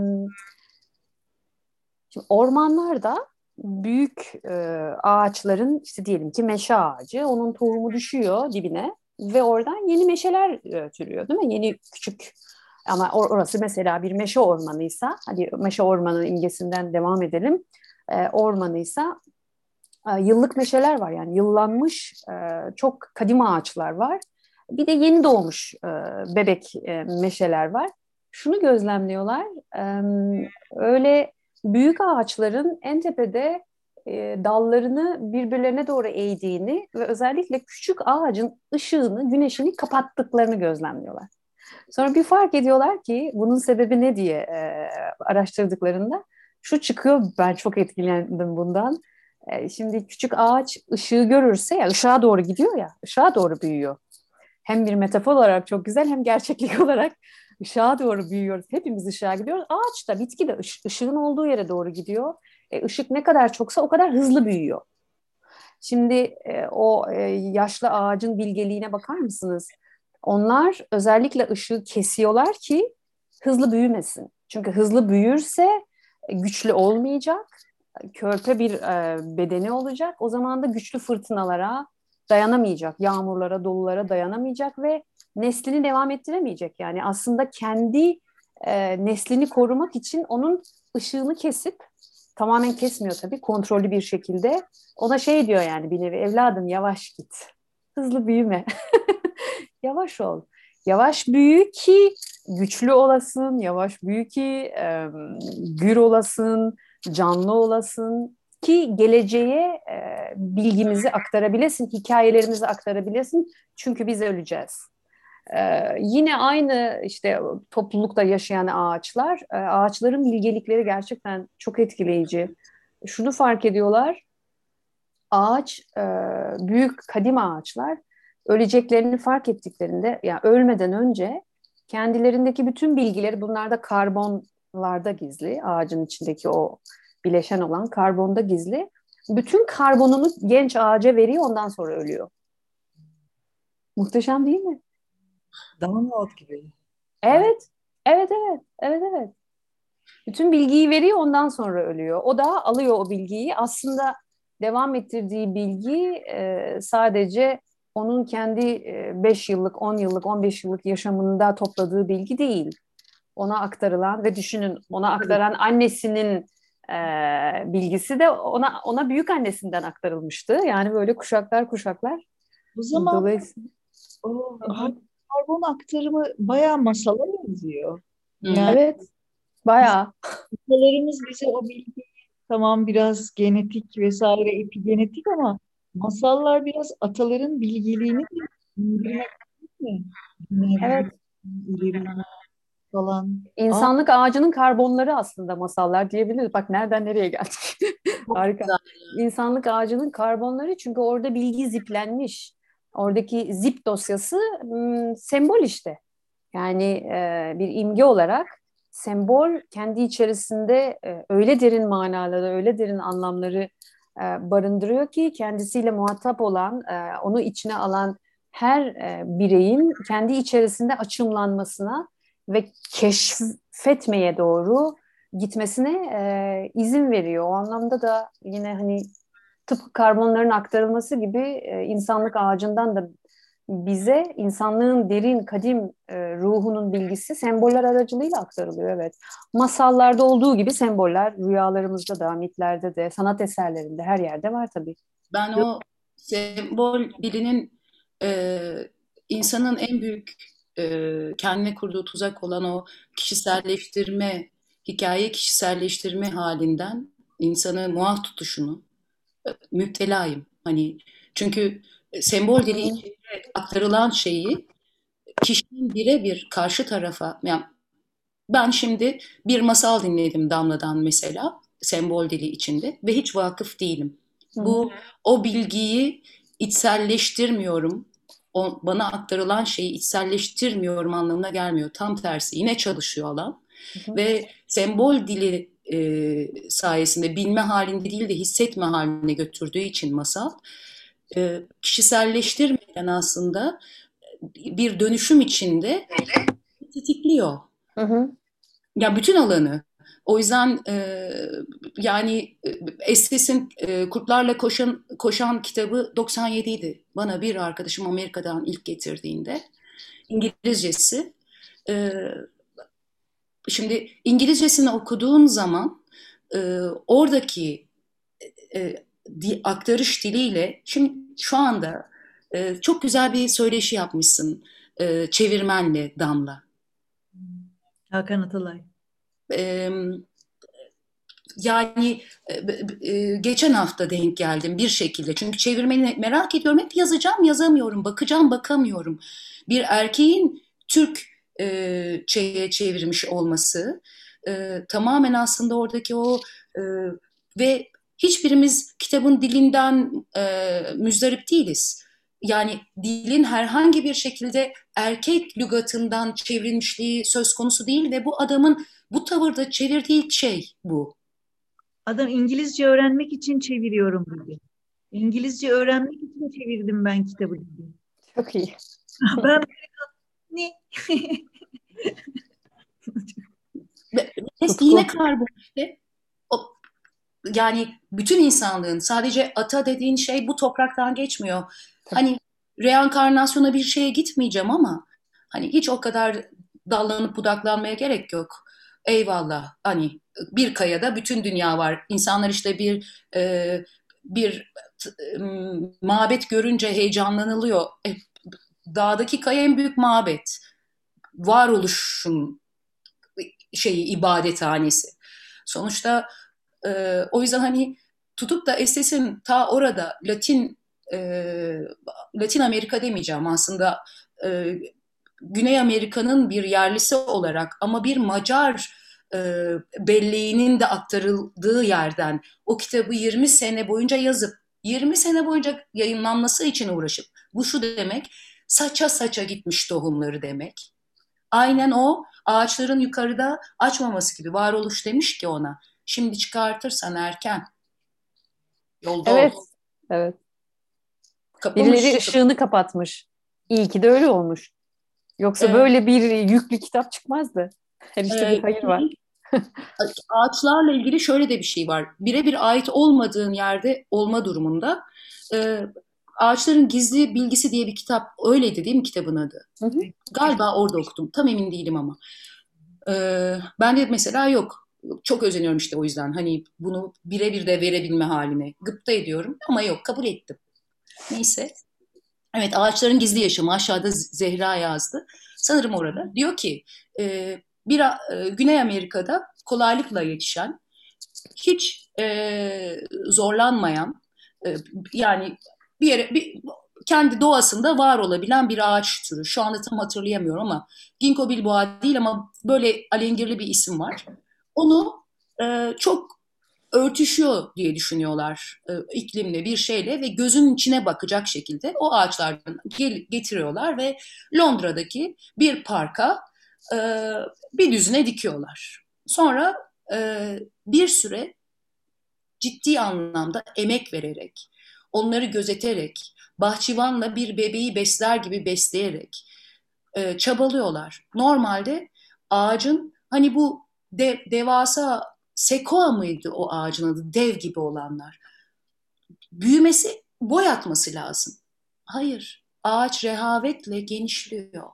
Şimdi ormanlarda büyük e, ağaçların işte diyelim ki meşe ağacı onun tohumu düşüyor dibine ve oradan yeni meşeler e, türüyor değil mi? Yeni küçük ama or- orası mesela bir meşe ormanıysa hadi meşe ormanının imgesinden devam edelim. E, ormanıysa e, yıllık meşeler var yani yıllanmış e, çok kadim ağaçlar var. Bir de yeni doğmuş e, bebek e, meşeler var. Şunu gözlemliyorlar. e, öyle büyük ağaçların en tepede e, dallarını birbirlerine doğru eğdiğini ve özellikle küçük ağacın ışığını, güneşini kapattıklarını gözlemliyorlar. Sonra bir fark ediyorlar ki bunun sebebi ne diye e, araştırdıklarında şu çıkıyor. Ben çok etkilendim bundan. E, şimdi küçük ağaç ışığı görürse ya ışığa doğru gidiyor ya, ışığa doğru büyüyor. Hem bir metafor olarak çok güzel hem gerçeklik olarak ışığa doğru büyüyoruz. Hepimiz ışığa gidiyoruz. Ağaç da bitki de ış- ışığın olduğu yere doğru gidiyor. E, ışık ne kadar çoksa o kadar hızlı büyüyor. Şimdi e, o e, yaşlı ağacın bilgeliğine bakar mısınız? Onlar özellikle ışığı kesiyorlar ki hızlı büyümesin. Çünkü hızlı büyürse e, güçlü olmayacak, körpe bir e, bedeni olacak. O zaman da güçlü fırtınalara dayanamayacak, yağmurlara, dolulara dayanamayacak ve neslini devam ettiremeyecek. Yani aslında kendi e, neslini korumak için onun ışığını kesip, tamamen kesmiyor tabii, kontrollü bir şekilde. Ona şey diyor yani bir nevi evladım yavaş git, hızlı büyüme, yavaş ol. Yavaş büyü ki güçlü olasın, yavaş büyü ki e, gür olasın, canlı olasın ki geleceğe e, bilgimizi aktarabilesin, hikayelerimizi aktarabilesin. Çünkü biz öleceğiz. E, yine aynı işte toplulukta yaşayan ağaçlar, e, ağaçların bilgelikleri gerçekten çok etkileyici. Şunu fark ediyorlar, ağaç, e, büyük kadim ağaçlar öleceklerini fark ettiklerinde, yani ölmeden önce kendilerindeki bütün bilgileri bunlarda karbonlarda gizli, ağacın içindeki o bileşen olan karbonda gizli. Bütün karbonunu genç ağaca veriyor, ondan sonra ölüyor. Muhteşem değil mi? Download gibi. Ay, Evet, evet, evet, evet, evet. Bütün bilgiyi veriyor, ondan sonra ölüyor. O da alıyor o bilgiyi. Aslında devam ettirdiği bilgi e, sadece onun kendi e, beş yıllık, on yıllık, on beş yıllık yaşamında topladığı bilgi değil. Ona aktarılan ve düşünün ona tabii. aktaran annesinin e, bilgisi de ona ona büyük annesinden aktarılmıştı. Yani böyle kuşaklar kuşaklar. O zaman Dolayısıyla o Hı hı. karbon aktarımı bayağı masala benziyor. Hı hı. Yani Evet, biz, bayağı. masalarımız bize o bilgiyi, tamam biraz genetik vesaire epigenetik ama masallar biraz ataların bilgiliğini de indirmek değil mi? Dinlerden Evet. ileri falan. Aa, İnsanlık ağacının karbonları aslında masallar diyebiliriz. Bak nereden nereye geldik. Çok Harika. güzel. İnsanlık ağacının karbonları çünkü orada bilgi ziplenmiş. Oradaki zip dosyası m, sembol işte. Yani e, bir imge olarak sembol kendi içerisinde e, öyle derin manaları, öyle derin anlamları e, barındırıyor ki kendisiyle muhatap olan, e, onu içine alan her e, bireyin kendi içerisinde açımlanmasına ve keşfetmeye doğru gitmesine e, izin veriyor. O anlamda da yine hani tıpkı karbonların aktarılması gibi e, insanlık ağacından da bize insanlığın derin kadim e, ruhunun bilgisi semboller aracılığıyla aktarılıyor. Evet. Masallarda olduğu gibi semboller rüyalarımızda da, mitlerde de, sanat eserlerinde her yerde var tabii. Ben yok, o sembol dilinin e, insanın en büyük e, kendine kurduğu tuzak olan o kişiselleştirme, hikaye kişiselleştirme halinden insanı muaf tutuşunu e, müptelayım. Hani çünkü sembol Hı dili hı. içinde aktarılan şeyi kişinin birebir karşı tarafa, yani ben şimdi bir masal dinledim Damla'dan mesela, sembol dili içinde ve hiç vakıf değilim. Hı hı. Bu o bilgiyi içselleştirmiyorum. O, bana aktarılan şeyi içselleştirmiyorum anlamına gelmiyor. Tam tersi yine çalışıyor alan Hı hı. ve sembol dili e, sayesinde bilme halinde değil de hissetme haline götürdüğü için masal e, kişiselleştirmeden aslında bir dönüşüm içinde tetikliyor. Hı hı. Ya bütün alanı. O yüzden e, yani e, Estes'in e, Kurtlarla Koşan, Koşan kitabı doksan yedi idi. Bana bir arkadaşım Amerika'dan ilk getirdiğinde. İngilizcesi. E, Şimdi İngilizcesini okuduğun zaman e, oradaki e, di, aktarış diliyle, şimdi şu anda e, çok güzel bir söyleşi yapmışsın e, çevirmenle Damla. Hakan Atalay. E, Yani e, e, geçen hafta denk geldim bir şekilde. Çünkü çevirmeni merak ediyorum. Hep yazacağım, yazamıyorum. Bakacağım, bakamıyorum. Bir erkeğin Türk e, şeye çevirmiş olması e, tamamen aslında oradaki o e, ve hiçbirimiz kitabın dilinden e, müzdarip değiliz. Yani dilin herhangi bir şekilde erkek lügatından çevrilmişliği söz konusu değil ve bu adamın bu tavırda çevirdiği şey bu. Adam İngilizce öğrenmek için çeviriyorum dedi. İngilizce öğrenmek için çevirdim ben kitabı dedi. Çok iyi. Ben ne? Ve ve Tutku. yine karbon işte. O, yani bütün insanlığın sadece ata dediğin şey bu topraktan geçmiyor. Tabii. Hani reenkarnasyona bir şeye gitmeyeceğim ama hani hiç o kadar dallanıp budaklanmaya gerek yok. Eyvallah. Hani bir kayada bütün dünya var. İnsanlar işte bir e, bir t- m, mabet görünce heyecanlanılıyor. E, dağdaki kaya en büyük mabet. Varoluşun şeyi ibadethanesi. Sonuçta e, o yüzden hani tutup da Estes'in ta orada Latin e, Latin Amerika demeyeceğim aslında e, Güney Amerika'nın bir yerlisi olarak ama bir Macar e, belleğinin de aktarıldığı yerden o kitabı yirmi sene boyunca yazıp yirmi sene boyunca yayınlanması için uğraşıp bu şu demek saça saça gitmiş tohumları demek. Aynen o ağaçların yukarıda açmaması gibi varoluş demiş ki ona. Şimdi çıkartırsan erken yolda ol. Evet. Evet. Kapamış. Birileri ışığını kapatmış. İyi ki de öyle olmuş. Yoksa Ee, böyle bir yüklü kitap çıkmazdı. Her işte bir e, hayır var. Ağaçlarla ilgili şöyle de bir şey var. Birebir ait olmadığın yerde olma durumunda e, Ağaçların Gizli Bilgisi diye bir kitap öyleydi değil mi kitabın adı? Hı hı. Galiba orada okudum. Tam emin değilim ama. Ee, ben de mesela yok. Çok özeniyorum işte o yüzden. Hani bunu birebir de verebilme haline. Gıpta ediyorum ama yok kabul ettim. Neyse. Evet Ağaçların Gizli Yaşamı aşağıda Zehra yazdı. Sanırım orada. Diyor ki e, bir e, Güney Amerika'da kolaylıkla yetişen, hiç e, zorlanmayan e, yani bir yere bir, kendi doğasında var olabilen bir ağaç türü. Şu anda tam hatırlayamıyorum ama Ginkgo biloba değil ama böyle alengirli bir isim var. Onu e, çok örtüşüyor diye düşünüyorlar e, iklimle bir şeyle ve gözün içine bakacak şekilde o ağaçlardan gel, getiriyorlar ve Londra'daki bir parka e, bir düzine dikiyorlar. Sonra e, bir süre ciddi anlamda emek vererek, onları gözeterek, bahçıvanla bir bebeği besler gibi besleyerek e, çabalıyorlar. Normalde ağacın hani bu de, devasa sekoa mıydı o ağacın adı? Dev gibi olanlar. Büyümesi, boy atması lazım. Hayır, ağaç rehavetle genişliyor.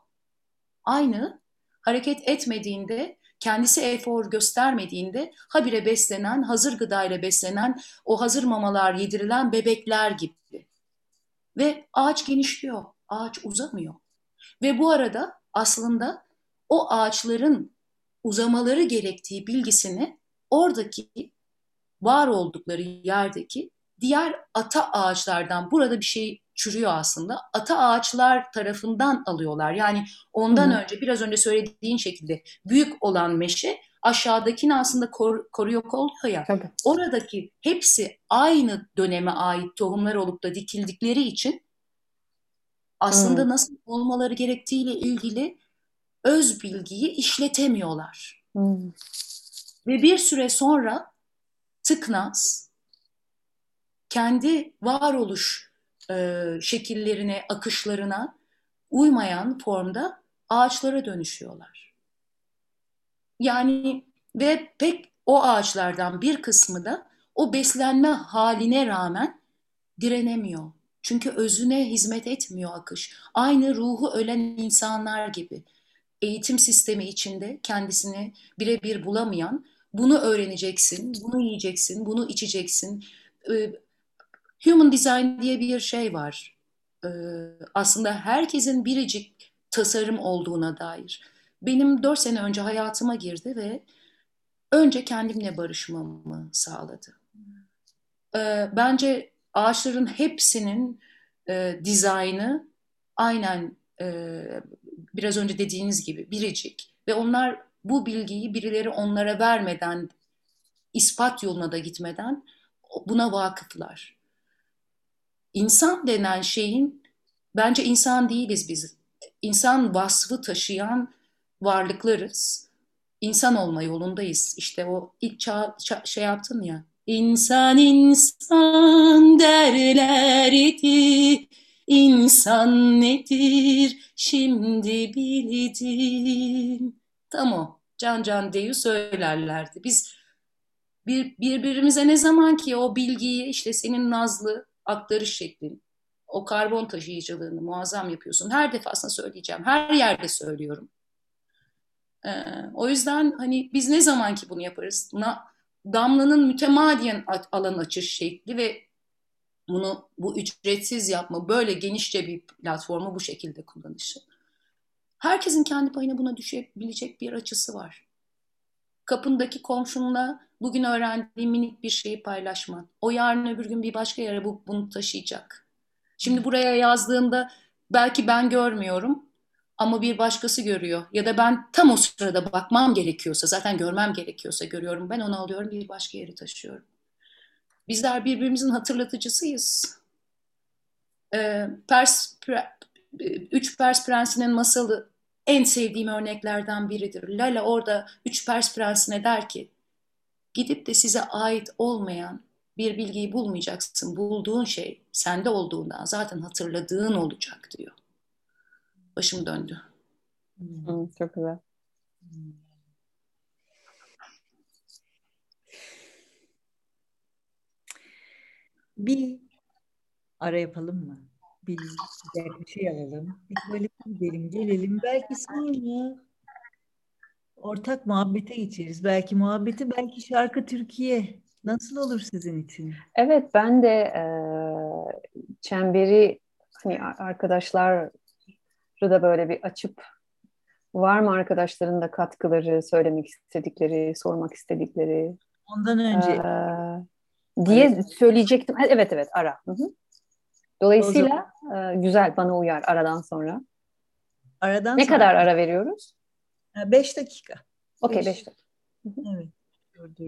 Aynı hareket etmediğinde, kendisi efor göstermediğinde habire beslenen, hazır gıdayla beslenen, o hazır mamalar yedirilen bebekler gibi. Ve ağaç genişliyor. ağaç uzamıyor. Ve bu arada aslında o ağaçların uzamaları gerektiği bilgisini oradaki var oldukları yerdeki diğer ata ağaçlardan, burada bir şey çürüyor aslında, ata ağaçlar tarafından alıyorlar. Yani ondan Hı. önce biraz önce söylediğin şekilde büyük olan meşe aşağıdakini aslında kor, koruyor oluyor ya. Tabii. Oradaki hepsi aynı döneme ait tohumlar olup da dikildikleri için aslında Hı. nasıl olmaları gerektiğiyle ilgili öz bilgiyi işletemiyorlar. Hı. Ve bir süre sonra tıknaz, kendi varoluş e, şekillerine, akışlarına uymayan formda ağaçlara dönüşüyorlar. Yani ve pek o ağaçlardan bir kısmı da o beslenme haline rağmen direnemiyor. Çünkü özüne hizmet etmiyor akış. Aynı ruhu ölen insanlar gibi. Eğitim sistemi içinde kendisini birebir bulamayan, bunu öğreneceksin, bunu yiyeceksin, bunu içeceksin. Ee, Human Design diye bir şey var. Ee, aslında herkesin biricik tasarım olduğuna dair. Benim dört sene önce hayatıma girdi ve önce kendimle barışmamı sağladı. Ee, bence ağaçların hepsinin e, dizaynı aynen e, biraz önce dediğiniz gibi biricik ve onlar bu bilgiyi birileri onlara vermeden, ispat yoluna da gitmeden buna vakıflar. İnsan denen şeyin, bence insan değiliz biz. İnsan vasfı taşıyan varlıklarız. İnsan olma yolundayız. İşte o ilk çağ, ça- şey yaptın ya. İnsan insan derler idi. İnsan nedir şimdi bildim. Tam o. Can Can Deyu söylerlerdi. Biz bir, birbirimize ne zaman ki o bilgiyi, işte senin nazlı aktarış şeklin, o karbon taşıyıcılığını muazzam yapıyorsun. Her defasında söyleyeceğim. Her yerde söylüyorum. Ee, o yüzden hani biz ne zaman ki bunu yaparız? Na, Damla'nın mütemadiyen alan açış şekli ve bunu bu ücretsiz yapma, böyle genişçe bir platformu bu şekilde kullanışı. Herkesin kendi payına buna düşebilecek bir açısı var. Kapındaki komşunla bugün öğrendiğin minik bir şeyi paylaşman. O yarın öbür gün bir başka yere bu, bunu taşıyacak. Şimdi buraya yazdığımda belki ben görmüyorum ama bir başkası görüyor. Ya da ben tam o sırada bakmam gerekiyorsa, zaten görmem gerekiyorsa görüyorum. Ben onu alıyorum, bir başka yere taşıyorum. Bizler birbirimizin hatırlatıcısıyız. Ee, Pers, Pre, Üç Pers Prensi'nin masalı en sevdiğim örneklerden biridir. Lala orada Üç Pers Prensi'ne der ki, gidip de size ait olmayan bir bilgiyi bulmayacaksın. Bulduğun şey sende olduğundan zaten hatırladığın olacak diyor. Başım döndü. Hı, çok güzel. Bir ara yapalım mı? Bir güzel bir şey alalım. Bir tuvalete gidelim, gelelim. Belki sonra ortak muhabbete geçeriz. Belki muhabbeti, belki şarkı Türkiye. Nasıl olur sizin için? Evet, ben de e, çemberi hani arkadaşlar da böyle bir açıp, var mı arkadaşların da katkıları, söylemek istedikleri, sormak istedikleri Ondan e, önce ara. diye söyleyecektim. Ha, evet evet, ara. Hı hı. O zaman Dolayısıyla e, güzel, bana uyar aradan sonra. aradan Ne sonra kadar ara veriyoruz? ha, beş dakika. Okey, Beş. beş dakika. Hı hı. Evet.